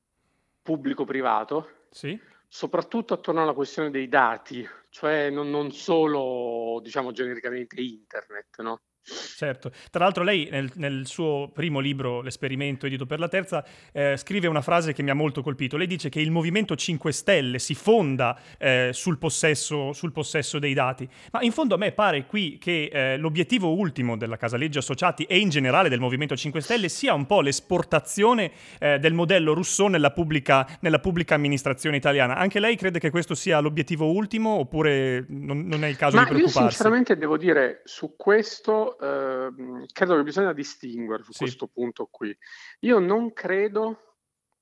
pubblico-privato, Sì. soprattutto attorno alla questione dei dati, cioè non, non solo, diciamo, genericamente internet, no? Certo. Tra l'altro lei nel, nel suo primo libro, L'esperimento edito per la Terza, eh, scrive una frase che mi ha molto colpito. Lei dice che il Movimento cinque Stelle si fonda eh, sul, possesso, sul possesso dei dati, ma in fondo a me pare qui che eh, l'obiettivo ultimo della Casaleggio Associati e in generale del Movimento cinque Stelle sia un po' l'esportazione eh, del modello Rousseau nella pubblica, nella pubblica amministrazione italiana. Anche lei crede che questo sia l'obiettivo ultimo oppure non, non è il caso Ma di preoccuparsi? io sinceramente devo dire su questo ehm, credo che bisogna distinguere su Sì. questo punto qui. Io non credo,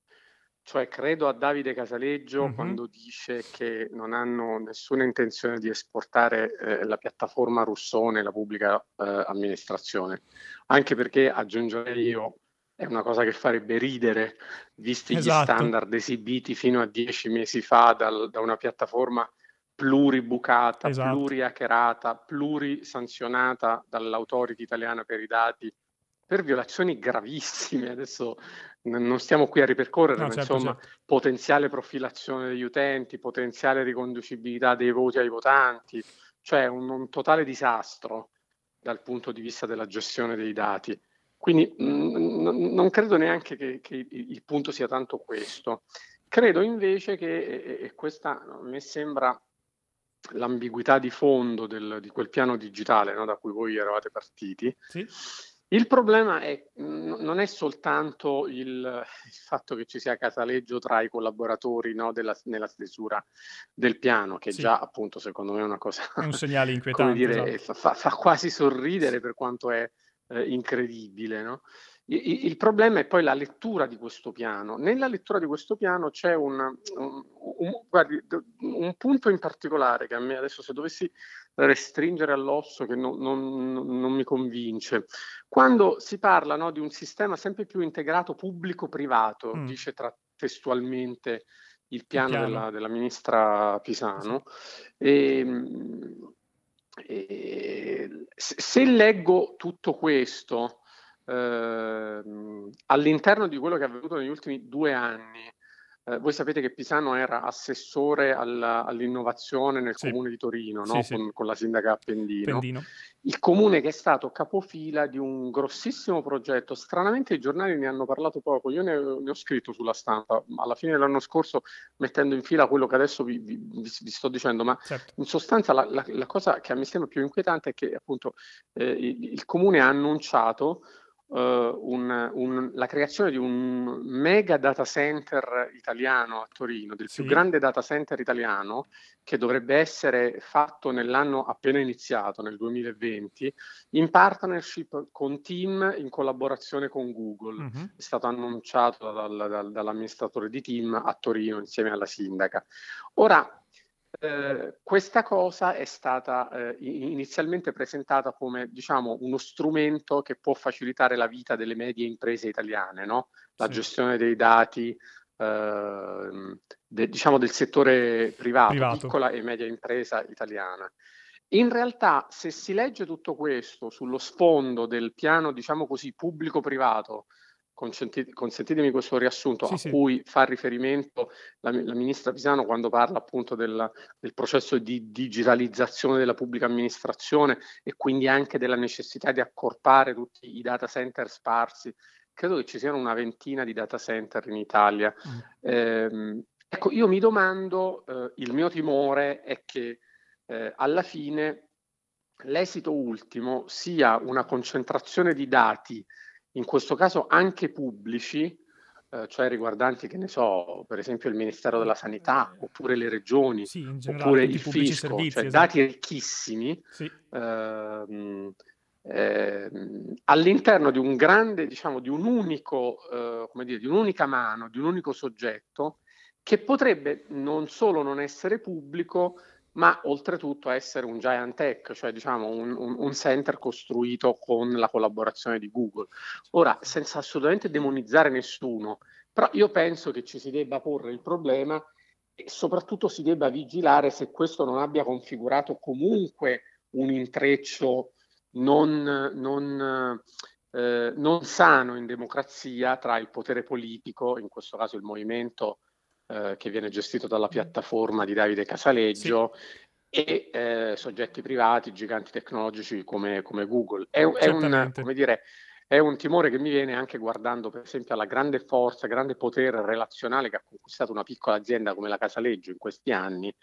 cioè credo a Davide Casaleggio Mhm. quando dice che non hanno nessuna intenzione di esportare eh, la piattaforma Rousseau nella pubblica eh, amministrazione, anche perché aggiungerei io è una cosa che farebbe ridere visti Esatto. gli standard esibiti fino a dieci mesi fa dal- da una piattaforma pluribucata, Esatto. plurihackerata, plurisanzionata dall'autority italiana per i dati per violazioni gravissime. Adesso n- non stiamo qui a ripercorrere, No, ma certo, insomma, certo. potenziale profilazione degli utenti, potenziale riconducibilità dei voti ai votanti, cioè un, un totale disastro dal punto di vista della gestione dei dati. Quindi mh, n- non credo neanche che, che il il punto sia tanto questo. Credo invece che, e, e questa a me sembra l'ambiguità di fondo del, di quel piano digitale, no, da cui voi eravate partiti. Sì. Il problema è, mh, non è soltanto il, il fatto che ci sia Casaleggio tra i collaboratori, no, della, nella stesura del piano, che Sì. già appunto secondo me è una cosa, È un segnale come inquietante, dire, esatto. fa, fa quasi sorridere per quanto è eh, incredibile, no? Il, il problema è poi la lettura di questo piano. Nella lettura di questo piano c'è un, un, un, guardi, un punto in particolare che a me adesso, se dovessi restringere all'osso, che non, non, non mi convince. Quando si parla, no, di un sistema sempre più integrato pubblico-privato, Mm. dice tra, testualmente il piano, piano. Della, della ministra Pisano, e, e, se leggo tutto questo eh, all'interno di quello che è avvenuto negli ultimi due anni, eh, voi sapete che Pisano era assessore alla, all'innovazione nel Sì. comune di Torino, Sì, no? sì. Con, con la sindaca Appendino. Pendino. Il comune che è stato capofila di un grossissimo progetto. Stranamente i giornali ne hanno parlato poco. Io ne, ne ho scritto sulla Stampa alla fine dell'anno scorso, mettendo in fila quello che adesso vi, vi, vi sto dicendo, ma Certo. in sostanza la, la, la cosa che a me sembra più inquietante è che appunto eh, il, il comune ha annunciato Uh, un, un, la creazione di un mega data center italiano a Torino, del Sì. più grande data center italiano, che dovrebbe essere fatto nell'anno appena iniziato, nel duemilaventi, in partnership con Team, in collaborazione con Google. Mm-hmm. È stato annunciato dal, dal, dall'amministratore di Team a Torino insieme alla sindaca. Ora, Eh, questa cosa è stata eh, inizialmente presentata come, diciamo, uno strumento che può facilitare la vita delle medie imprese italiane, no? La Sì. gestione dei dati, eh, de, diciamo, del settore privato, Privato. piccola e media impresa italiana. In realtà, se si legge tutto questo sullo sfondo del piano, diciamo così, pubblico-privato, consenti- consentitemi questo riassunto, Sì, a sì. cui fa riferimento la, la ministra Pisano quando parla appunto del, del processo di digitalizzazione della pubblica amministrazione e quindi anche della necessità di accorpare tutti i data center sparsi. Credo che ci siano una ventina di data center in Italia. Mm. Ehm, ecco, io mi domando, eh, il mio timore è che eh, alla fine l'esito ultimo sia una concentrazione di dati, in questo caso anche pubblici, eh, cioè riguardanti, che ne so, per esempio il Ministero della Sanità, oppure le regioni, Sì, in generale oppure tutti il i pubblici fisco, servizi, cioè esatto. dati ricchissimi, Sì. ehm, ehm, all'interno di un grande, diciamo, di un unico, eh, come dire, di un'unica mano, di un unico soggetto, che potrebbe non solo non essere pubblico, ma oltretutto essere un giant tech, cioè diciamo un, un, un center costruito con la collaborazione di Google. Ora, senza assolutamente demonizzare nessuno, però io penso che ci si debba porre il problema e soprattutto si debba vigilare se questo non abbia configurato comunque un intreccio non, non, eh, non sano in democrazia tra il potere politico, in questo caso il movimento eh, che viene gestito dalla piattaforma di Davide Casaleggio, sì, e eh, soggetti privati, giganti tecnologici come, come Google. È, è un, come dire, è un timore che mi viene anche guardando per esempio alla grande forza, grande potere relazionale che ha conquistato una piccola azienda come la Casaleggio in questi anni,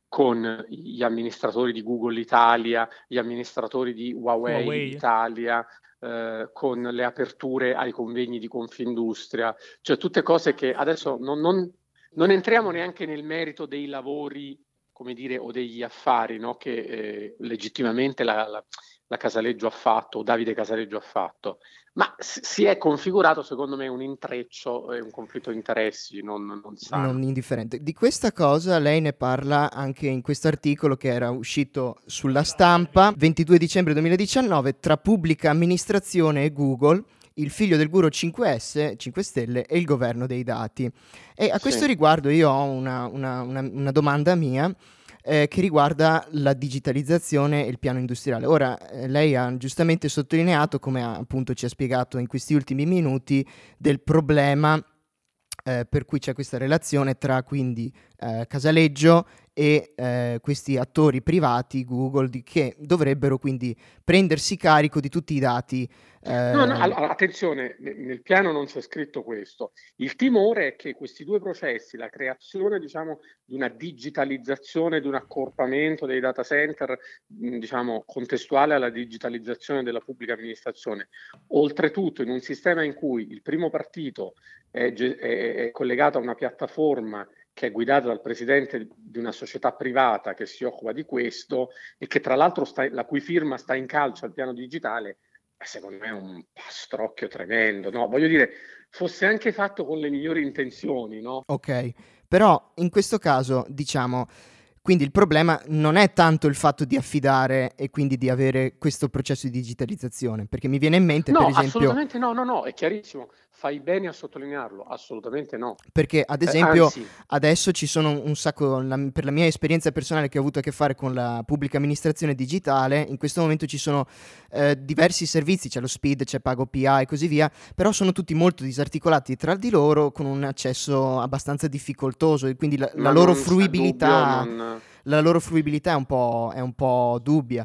con gli amministratori di Google Italia, gli amministratori di Huawei, Huawei. Italia, eh, con le aperture ai convegni di Confindustria, cioè tutte cose che adesso non, non, non entriamo neanche nel merito dei lavori, come dire, o degli affari, no? Che eh, legittimamente la, la, la Casaleggio ha fatto, o Davide Casaleggio ha fatto, ma si è configurato secondo me un intreccio e un conflitto di interessi non, non sano. Non indifferente. Di questa cosa lei ne parla anche in questo articolo che era uscito sulla Stampa ventidue dicembre duemiladiciannove, tra pubblica amministrazione e Google, il figlio del guru cinque S, cinque Stelle e il governo dei dati. E a questo Sì. riguardo io ho una, una, una, una domanda mia eh, che riguarda la digitalizzazione e il piano industriale. Ora, eh, lei ha giustamente sottolineato, come ha, appunto ci ha spiegato in questi ultimi minuti, del problema eh, per cui c'è questa relazione tra quindi eh, Casaleggio e eh, questi attori privati, Google, di, che dovrebbero quindi prendersi carico di tutti i dati. Eh... No, no, allora, attenzione, nel piano non c'è scritto questo. Il timore è che questi due processi, la creazione, diciamo, di una digitalizzazione, di un accorpamento dei data center, diciamo, contestuale alla digitalizzazione della pubblica amministrazione, oltretutto in un sistema in cui il primo partito è, è, è collegato a una piattaforma che è guidata dal presidente di una società privata che si occupa di questo e che tra l'altro sta, la cui firma sta in calce al piano digitale, secondo me è un pastrocchio tremendo, no? Voglio dire, fosse anche fatto con le migliori intenzioni, no? Ok, però in questo caso, diciamo, quindi il problema non è tanto il fatto di affidare e quindi di avere questo processo di digitalizzazione, perché mi viene in mente, no, per esempio... assolutamente no, no, no, è chiarissimo, fai bene a sottolinearlo, assolutamente no. Perché ad esempio eh, anzi, adesso ci sono un sacco, la, per la mia esperienza personale che ho avuto a che fare con la pubblica amministrazione digitale, in questo momento ci sono eh, diversi servizi, c'è lo Speed, c'è Pago P A e così via, però sono tutti molto disarticolati tra di loro con un accesso abbastanza difficoltoso e quindi la, la loro fruibilità... Dubbio, non... la loro fruibilità è un po', è un po' dubbia.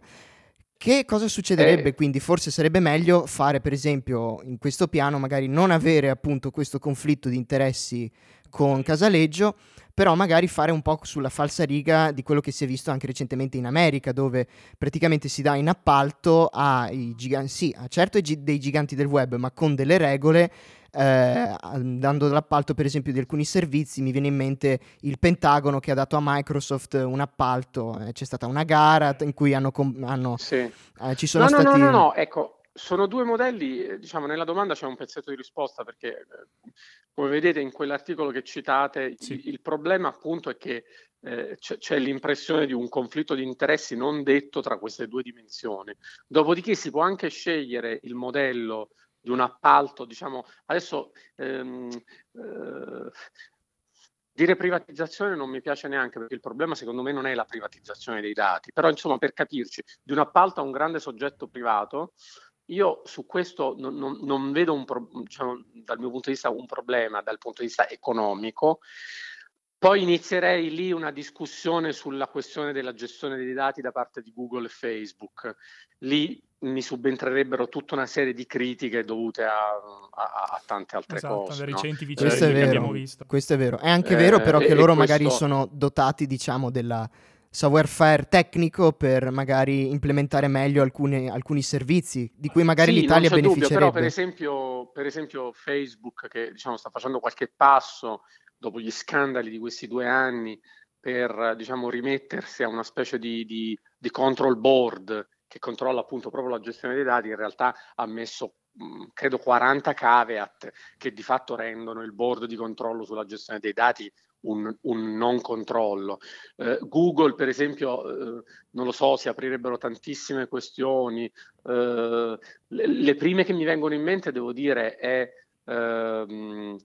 Che cosa succederebbe eh, quindi? Forse sarebbe meglio fare, per esempio, in questo piano, magari non avere appunto questo conflitto di interessi con Casaleggio, però magari fare un po' sulla falsariga di quello che si è visto anche recentemente in America, dove praticamente si dà in appalto ai giganti, sì, a certo dei giganti del web, ma con delle regole. Eh, dando l'appalto per esempio di alcuni servizi, mi viene in mente il Pentagono che ha dato a Microsoft un appalto, eh, c'è stata una gara in cui hanno, com- hanno sì. eh, ci sono no, no, stati... no, no, no, ecco, sono due modelli, diciamo, nella domanda c'è un pezzetto di risposta perché, eh, come vedete in quell'articolo che citate, sì. il, il problema appunto è che eh, c'è, c'è l'impressione di un conflitto di interessi non detto tra queste due dimensioni. Dopodiché si può anche scegliere il modello di un appalto, diciamo, adesso ehm, eh, dire privatizzazione non mi piace neanche, perché il problema secondo me non è la privatizzazione dei dati, però insomma, per capirci, di un appalto a un grande soggetto privato, io su questo non, non, non vedo un pro, diciamo, dal mio punto di vista un problema dal punto di vista economico. Poi inizierei lì una discussione sulla questione della gestione dei dati da parte di Google e Facebook. Lì mi subentrerebbero tutta una serie di critiche dovute a, a, a tante altre esatto, cose. alle No? recenti Questo vicende è che abbiamo vero, visto. questo è vero. È anche Eh, vero però e- che e loro magari questo- sono dotati, diciamo, della savoir-faire tecnico per magari implementare meglio alcuni, alcuni servizi di cui magari Sì, l'Italia non c'è dubbio, però beneficerebbe. per esempio, per esempio Facebook, che diciamo, sta facendo qualche passo dopo gli scandali di questi due anni per diciamo, rimettersi a una specie di, di, di control board che controlla appunto proprio la gestione dei dati, in realtà ha messo mh, credo quaranta caveat che di fatto rendono il board di controllo sulla gestione dei dati un, un non controllo. Eh, Google, per esempio, eh, non lo so, si aprirebbero tantissime questioni. Eh, le, le prime che mi vengono in mente, devo dire, è ehm,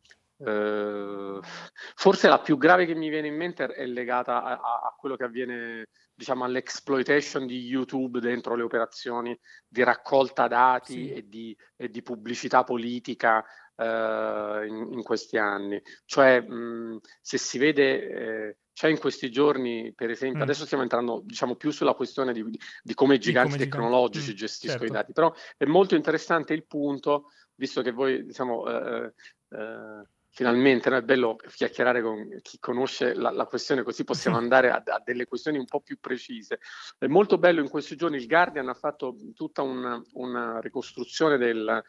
eh, forse la più grave che mi viene in mente è legata a, a, a quello che avviene, diciamo, all'exploitation di YouTube dentro le operazioni di raccolta dati Sì. e, di, e di pubblicità politica eh, in, in questi anni. Cioè, mh, se si vede, eh, c'è in questi giorni, per esempio, Mm. adesso stiamo entrando, diciamo, più sulla questione di, di come i Di giganti come giganti. tecnologici Mm, gestiscono certo. i dati, però è molto interessante il punto, visto che voi, diciamo, eh, eh, finalmente, no, è bello chiacchierare con chi conosce la, la questione, così possiamo andare a, a delle questioni un po' più precise. È molto bello, in questi giorni il Guardian ha fatto tutta una, una ricostruzione del,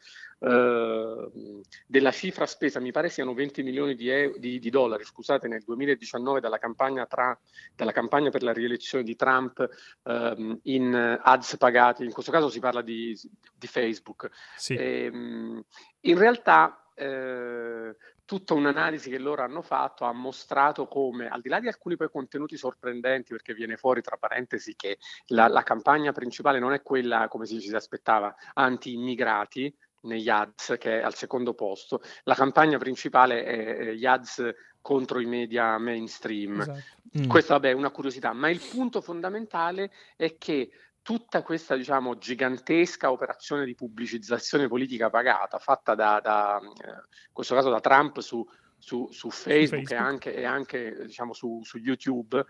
eh, della cifra spesa, mi pare siano venti milioni di, euro, di, di dollari, scusate, nel duemiladiciannove dalla campagna, tra, dalla campagna per la rielezione di Trump ehm, in ads pagati, in questo caso si parla di, di Facebook. Sì. Ehm, in realtà eh, tutta un'analisi che loro hanno fatto ha mostrato come, al di là di alcuni poi contenuti sorprendenti, perché viene fuori tra parentesi che la, la campagna principale non è quella, come si, ci si aspettava, anti-immigrati negli ads, che è al secondo posto, la campagna principale è, è gli ads contro i media mainstream. Esatto. Mm. Questa vabbè è una curiosità, ma il punto fondamentale è che tutta questa, diciamo, gigantesca operazione di pubblicizzazione politica pagata, fatta da, da eh, in questo caso da Trump su, su, su Facebook, Facebook. e anche, e anche diciamo, su, su YouTube,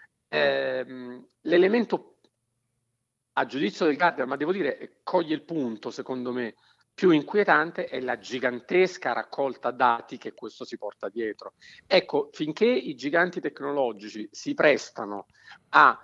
ehm, l'elemento, a giudizio del Guardian, ma devo dire, coglie il punto, secondo me, più inquietante è la gigantesca raccolta dati che questo si porta dietro. Ecco, finché i giganti tecnologici si prestano a,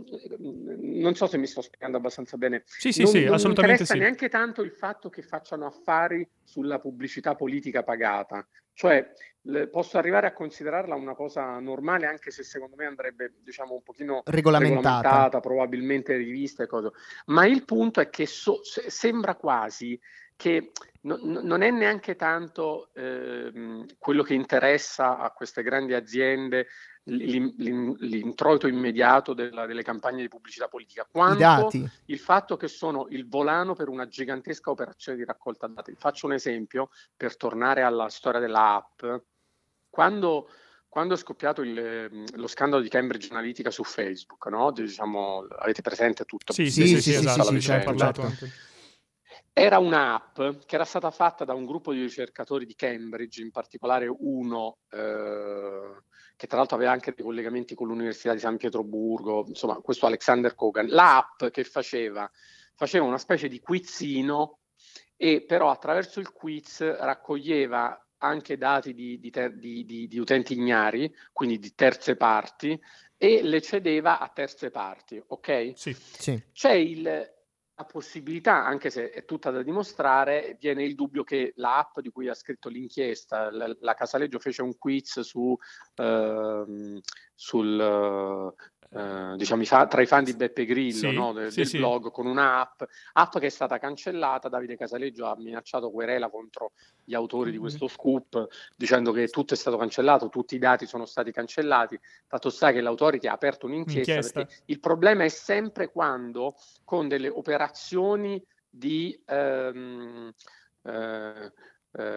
non so se mi sto spiegando abbastanza bene, Sì, sì, non, sì, non mi assolutamente interessa sì. neanche tanto il fatto che facciano affari sulla pubblicità politica pagata, cioè le, posso arrivare a considerarla una cosa normale, anche se secondo me andrebbe, diciamo, un pochino Regolamentata. regolamentata, probabilmente rivista e cose. Ma il punto è che so, se, sembra quasi che no, no, non è neanche tanto ehm, quello che interessa a queste grandi aziende l'in, l'in, l'introito immediato della, delle campagne di pubblicità politica, quanto I dati. il fatto che sono il volano per una gigantesca operazione di raccolta dati. Faccio un esempio per tornare alla storia dell'app. Quando quando è scoppiato il, lo scandalo di Cambridge Analytica su Facebook, no? Diciamo, avete presente tutto? Sì, Sì, sì, sì, sì, sì, esatto, sì, ne abbiamo certo, parlato certo. anche. Era un'app che era stata fatta da un gruppo di ricercatori di Cambridge, in particolare uno eh, che tra l'altro aveva anche dei collegamenti con l'Università di San Pietroburgo, insomma, questo Alexander Kogan. L'app che faceva, faceva una specie di quizzino, e però attraverso il quiz raccoglieva anche dati di, di, ter- di, di, di utenti ignari, quindi di terze parti, e le cedeva a terze parti, ok? Sì. Sì. C'è il, la possibilità, anche se è tutta da dimostrare, viene il dubbio che l'app di cui ha scritto l'inchiesta, la, la Casaleggio fece un quiz su, ehm, sul, eh, diciamo, tra i fan di Beppe Grillo, Sì, no? del, sì, del sì. blog, con un'app, app che è stata cancellata. Davide Casaleggio ha minacciato querela contro gli autori di questo scoop, dicendo che tutto è stato cancellato, tutti i dati sono stati cancellati. Fatto sta che l'autority ha aperto un'inchiesta, Un'inchiesta. perché il problema è sempre quando con delle operazioni di ehm, eh, eh,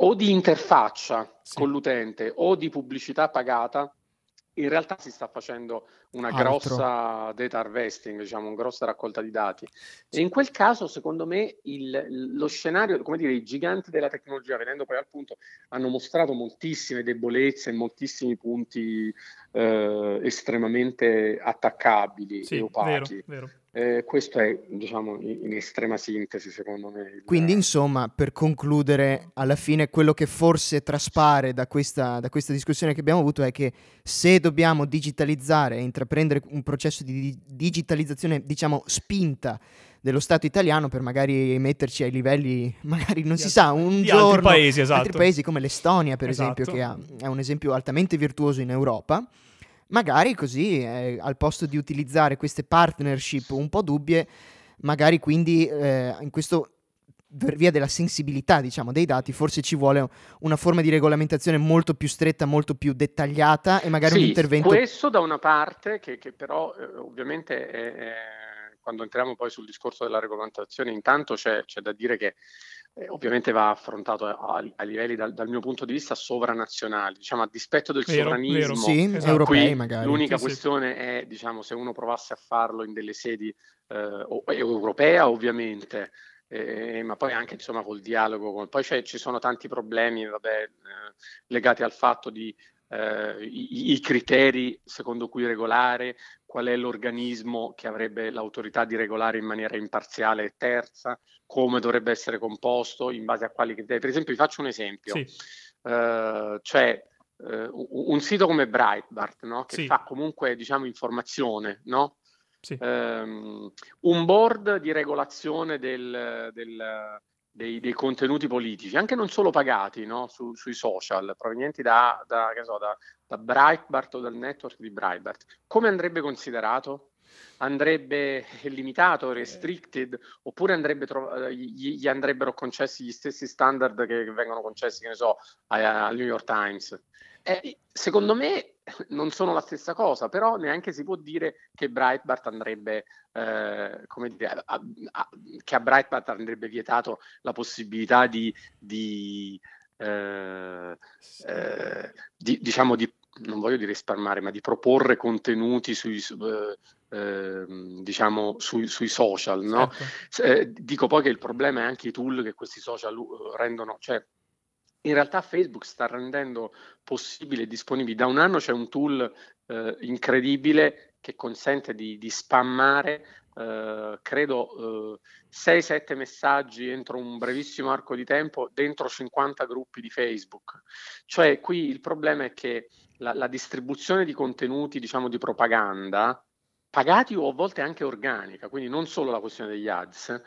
o di interfaccia Sì. con l'utente o di pubblicità pagata, in realtà si sta facendo una Altro. grossa data harvesting, diciamo, una grossa raccolta di dati. E in quel caso, secondo me, il, lo scenario, come dire, i giganti della tecnologia, venendo poi al punto, hanno mostrato moltissime debolezze e moltissimi punti eh, estremamente attaccabili Sì, e vero, opachi. vero. Eh, questo è, diciamo, in in estrema sintesi, secondo me. il- Quindi, insomma, per concludere, alla fine quello che forse traspare da questa, da questa discussione che abbiamo avuto è che se dobbiamo digitalizzare e intraprendere un processo di di- digitalizzazione, diciamo, spinta dello Stato italiano per magari metterci ai livelli, magari non Di si altri sa, pa- un di giorno, altri paesi, esatto. altri paesi come l'Estonia, per esempio, Esatto. che ha- è un esempio altamente virtuoso in Europa, magari così, eh, al posto di utilizzare queste partnership un po' dubbie, magari quindi eh, in questo per via della sensibilità, diciamo, dei dati, forse ci vuole una forma di regolamentazione molto più stretta, molto più dettagliata e magari un Sì, intervento. questo da una parte, che, che però eh, ovviamente è- è- quando entriamo poi sul discorso della regolamentazione, intanto c'è, c'è da dire che eh, ovviamente va affrontato a, a- a livelli dal, dal mio punto di vista sovranazionali, diciamo a dispetto del Vero, vero. sovranismo. Sì, Esatto. europei Qui magari. l'unica Sì, sì. questione è, diciamo, se uno provasse a farlo in delle sedi eh, o- europea, ovviamente, eh, ma poi anche insomma col dialogo. con- Poi c'è- ci sono tanti problemi, vabbè, eh, legati al fatto di eh, i, i criteri secondo cui regolare, qual è l'organismo che avrebbe l'autorità di regolare in maniera imparziale e terza, come dovrebbe essere composto, in base a quali criteri. Per esempio, vi faccio un esempio. Sì. Eh, c'è eh, un un sito come Breitbart, no? Che Sì. fa comunque, diciamo, informazione, no? Sì. Ehm, un board di regolazione del, del- dei, dei contenuti politici, anche non solo pagati, no? Su- sui social, provenienti da, da, che so, da, da Breitbart o dal network di Breitbart. Come andrebbe considerato? Andrebbe limitato, restricted, oppure andrebbe tro- eh, gli, gli andrebbero concessi gli stessi standard che, che vengono concessi, che ne so, al New York Times? Eh, secondo me non sono la stessa cosa, però neanche si può dire che Breitbart andrebbe, eh, come dire, a, a, che a Breitbart andrebbe vietato la possibilità di, di, eh, eh, di diciamo, di, non voglio dire risparmiare, ma di proporre contenuti sui, eh, eh, diciamo, sui, sui social, no? Certo. Eh, dico poi che il problema è anche i tool che questi social uh, rendono, cioè in realtà Facebook sta rendendo possibile e disponibile. Da un anno c'è un tool eh, incredibile che consente di, di spammare, eh, credo, eh, sei sette messaggi entro un brevissimo arco di tempo dentro cinquanta gruppi di Facebook. Cioè qui il problema è che la, la distribuzione di contenuti, diciamo, di propaganda, pagati o a volte anche organica, quindi non solo la questione degli ads,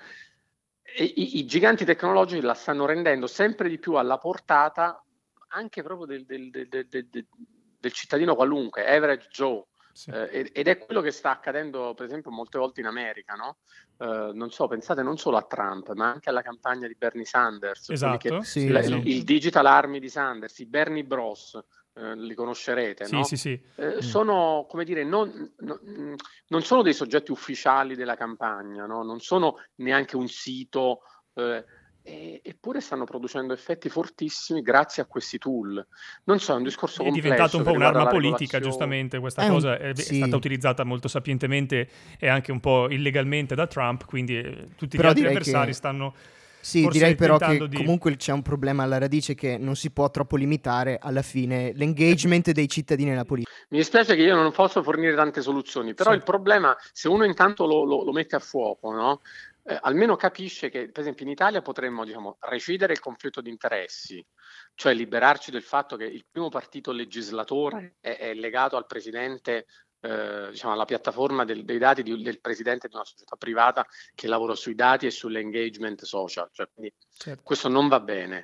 e i, i giganti tecnologici la stanno rendendo sempre di più alla portata anche proprio del, del, del, del, del, del cittadino qualunque, average Joe. Sì. Eh, ed è quello che sta accadendo, per esempio, molte volte in America, no? Eh, non so, pensate non solo a Trump, ma anche alla campagna di Bernie Sanders, quelli che, Esatto. Sì, la- vero. il, il Digital Army di Sanders, i Bernie Bros, eh, li conoscerete, Sì, no? sì, sì. Eh, Mm. sono, come dire, non, non, non sono dei soggetti ufficiali della campagna, no? Non sono neanche un sito, eh, e- eppure stanno producendo effetti fortissimi grazie a questi tool. Non so, è un discorso È diventato complesso un che po' riguarda un'arma la politica, regolazione. giustamente. Questa È un- cosa è, è sì. stata utilizzata molto sapientemente e anche un po' illegalmente da Trump, quindi eh, tutti Però gli altri direi avversari che- stanno Sì, forse direi però tentando che di... comunque c'è un problema alla radice che non si può troppo limitare alla fine l'engagement dei cittadini nella politica. Mi dispiace che io non posso fornire tante soluzioni, però Sì. il problema, se uno intanto lo, lo- lo mette a fuoco, no? Eh, almeno capisce che, per esempio, in Italia potremmo, diciamo, recidere il conflitto di interessi, cioè liberarci del fatto che il primo partito legislatore è, è legato al presidente, eh, diciamo, alla piattaforma del- dei dati di- del presidente di una società privata che lavora sui dati e sull'engagement social. Cioè, quindi Certo. questo non va bene.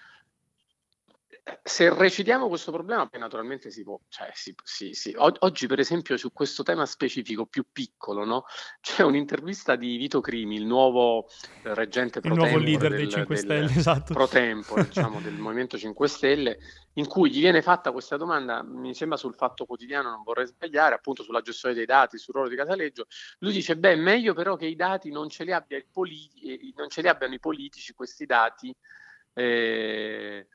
Se recidiamo questo problema, poi naturalmente si può, cioè, si, si, si. O- oggi per esempio su questo tema specifico più piccolo, no? C'è un'intervista di Vito Crimi, il nuovo eh, reggente pro Il nuovo tempore leader del, dei cinque del- Stelle, esatto. pro tempore, diciamo, del Movimento cinque Stelle, in cui gli viene fatta questa domanda, mi sembra sul Fatto Quotidiano, non vorrei sbagliare, appunto sulla gestione dei dati, sul ruolo di Casaleggio. Lui dice, beh, meglio però che i dati non ce li abbia il poli- eh, non ce li abbiano i politici, questi dati, eh,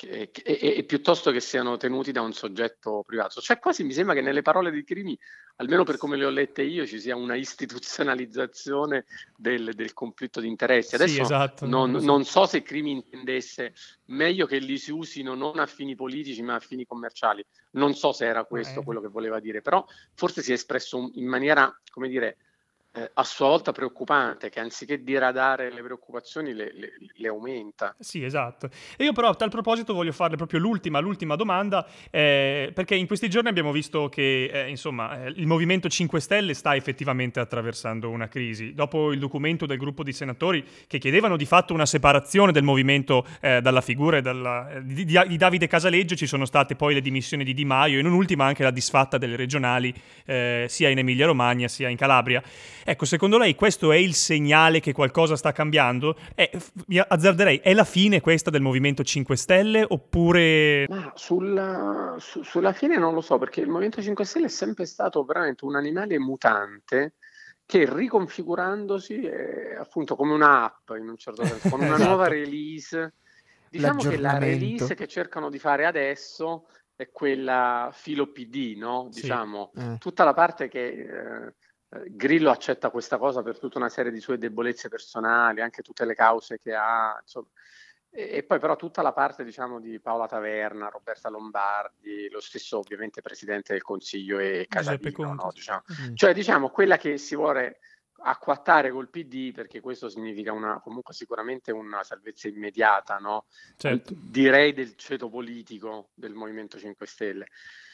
che, che, e, e piuttosto che siano tenuti da un soggetto privato. Cioè quasi mi sembra che nelle parole di Crimi, almeno per come le ho lette io, ci sia una istituzionalizzazione del, del conflitto di interessi. Adesso sì, esatto, non, so. non so se Crimi intendesse meglio che li si usino non a fini politici ma a fini commerciali. Non so se era questo eh. quello che voleva dire, però forse si è espresso in maniera, come dire, Eh, a sua volta preoccupante, che anziché diradare le preoccupazioni le, le, le aumenta. Sì, esatto. E io però a tal proposito voglio farle proprio l'ultima, l'ultima domanda, eh, perché in questi giorni abbiamo visto che eh, insomma, eh, il Movimento cinque Stelle sta effettivamente attraversando una crisi. Dopo il documento del gruppo di senatori che chiedevano di fatto una separazione del movimento eh, dalla figura e dalla, eh, di, di, di Davide Casaleggio, ci sono state poi le dimissioni di Di Maio e non ultima anche la disfatta delle regionali eh, sia in Emilia-Romagna sia in Calabria. Ecco, secondo lei questo è il segnale che qualcosa sta cambiando? Eh, mi azzarderei, è la fine questa del Movimento cinque Stelle oppure... Ma sulla, su, sulla fine non lo so, perché il Movimento cinque Stelle è sempre stato veramente un animale mutante che riconfigurandosi è appunto come un'app in un certo senso, con una esatto. nuova release. Diciamo che la release che cercano di fare adesso è quella filo P D, no? Diciamo, sì. eh. tutta la parte che... Eh, Grillo accetta questa cosa per tutta una serie di sue debolezze personali, anche tutte le cause che ha, insomma. E, e poi però tutta la parte, diciamo, di Paola Taverna, Roberta Lombardi, lo stesso ovviamente Presidente del Consiglio e Casaleggio, no? Diciamo. Mm. Cioè diciamo quella che si vuole acquattare col P D, perché questo significa una, comunque sicuramente una salvezza immediata, no? Certo. Direi del ceto politico del Movimento cinque Stelle.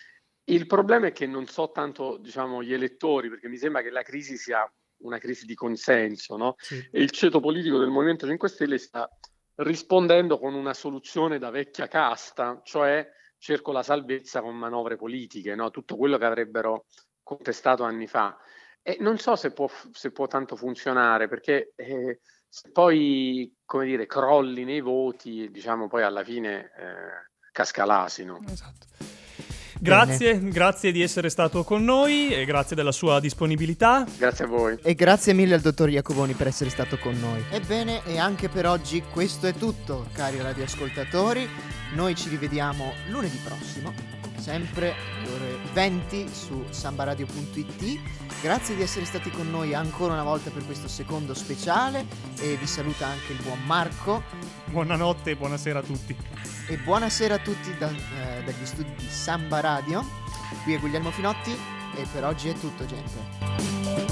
Il problema è che non so tanto, diciamo, gli elettori, perché mi sembra che la crisi sia una crisi di consenso, no? Sì. E il ceto politico del Movimento cinque Stelle sta rispondendo con una soluzione da vecchia casta, cioè cerco la salvezza con manovre politiche, no? Tutto quello che avrebbero contestato anni fa. E non so se può, se può tanto funzionare, perché eh, se poi, come dire, crolli nei voti, diciamo, poi alla fine eh, casca l'asino. Esatto. Grazie, Bene. grazie di essere stato con noi e grazie della sua disponibilità. Grazie a voi. E grazie mille al dottor Iacoboni per essere stato con noi. Ebbene, e anche per oggi questo è tutto, cari radioascoltatori. Noi ci rivediamo lunedì prossimo, sempre alle ore venti su sambaradio punto it. Grazie di essere stati con noi ancora una volta per questo secondo speciale e vi saluta anche il buon Marco. Buonanotte e buonasera a tutti. E buonasera a tutti da, eh, dagli studi di Samba Radio. Qui è Guglielmo Finotti e per oggi è tutto, gente.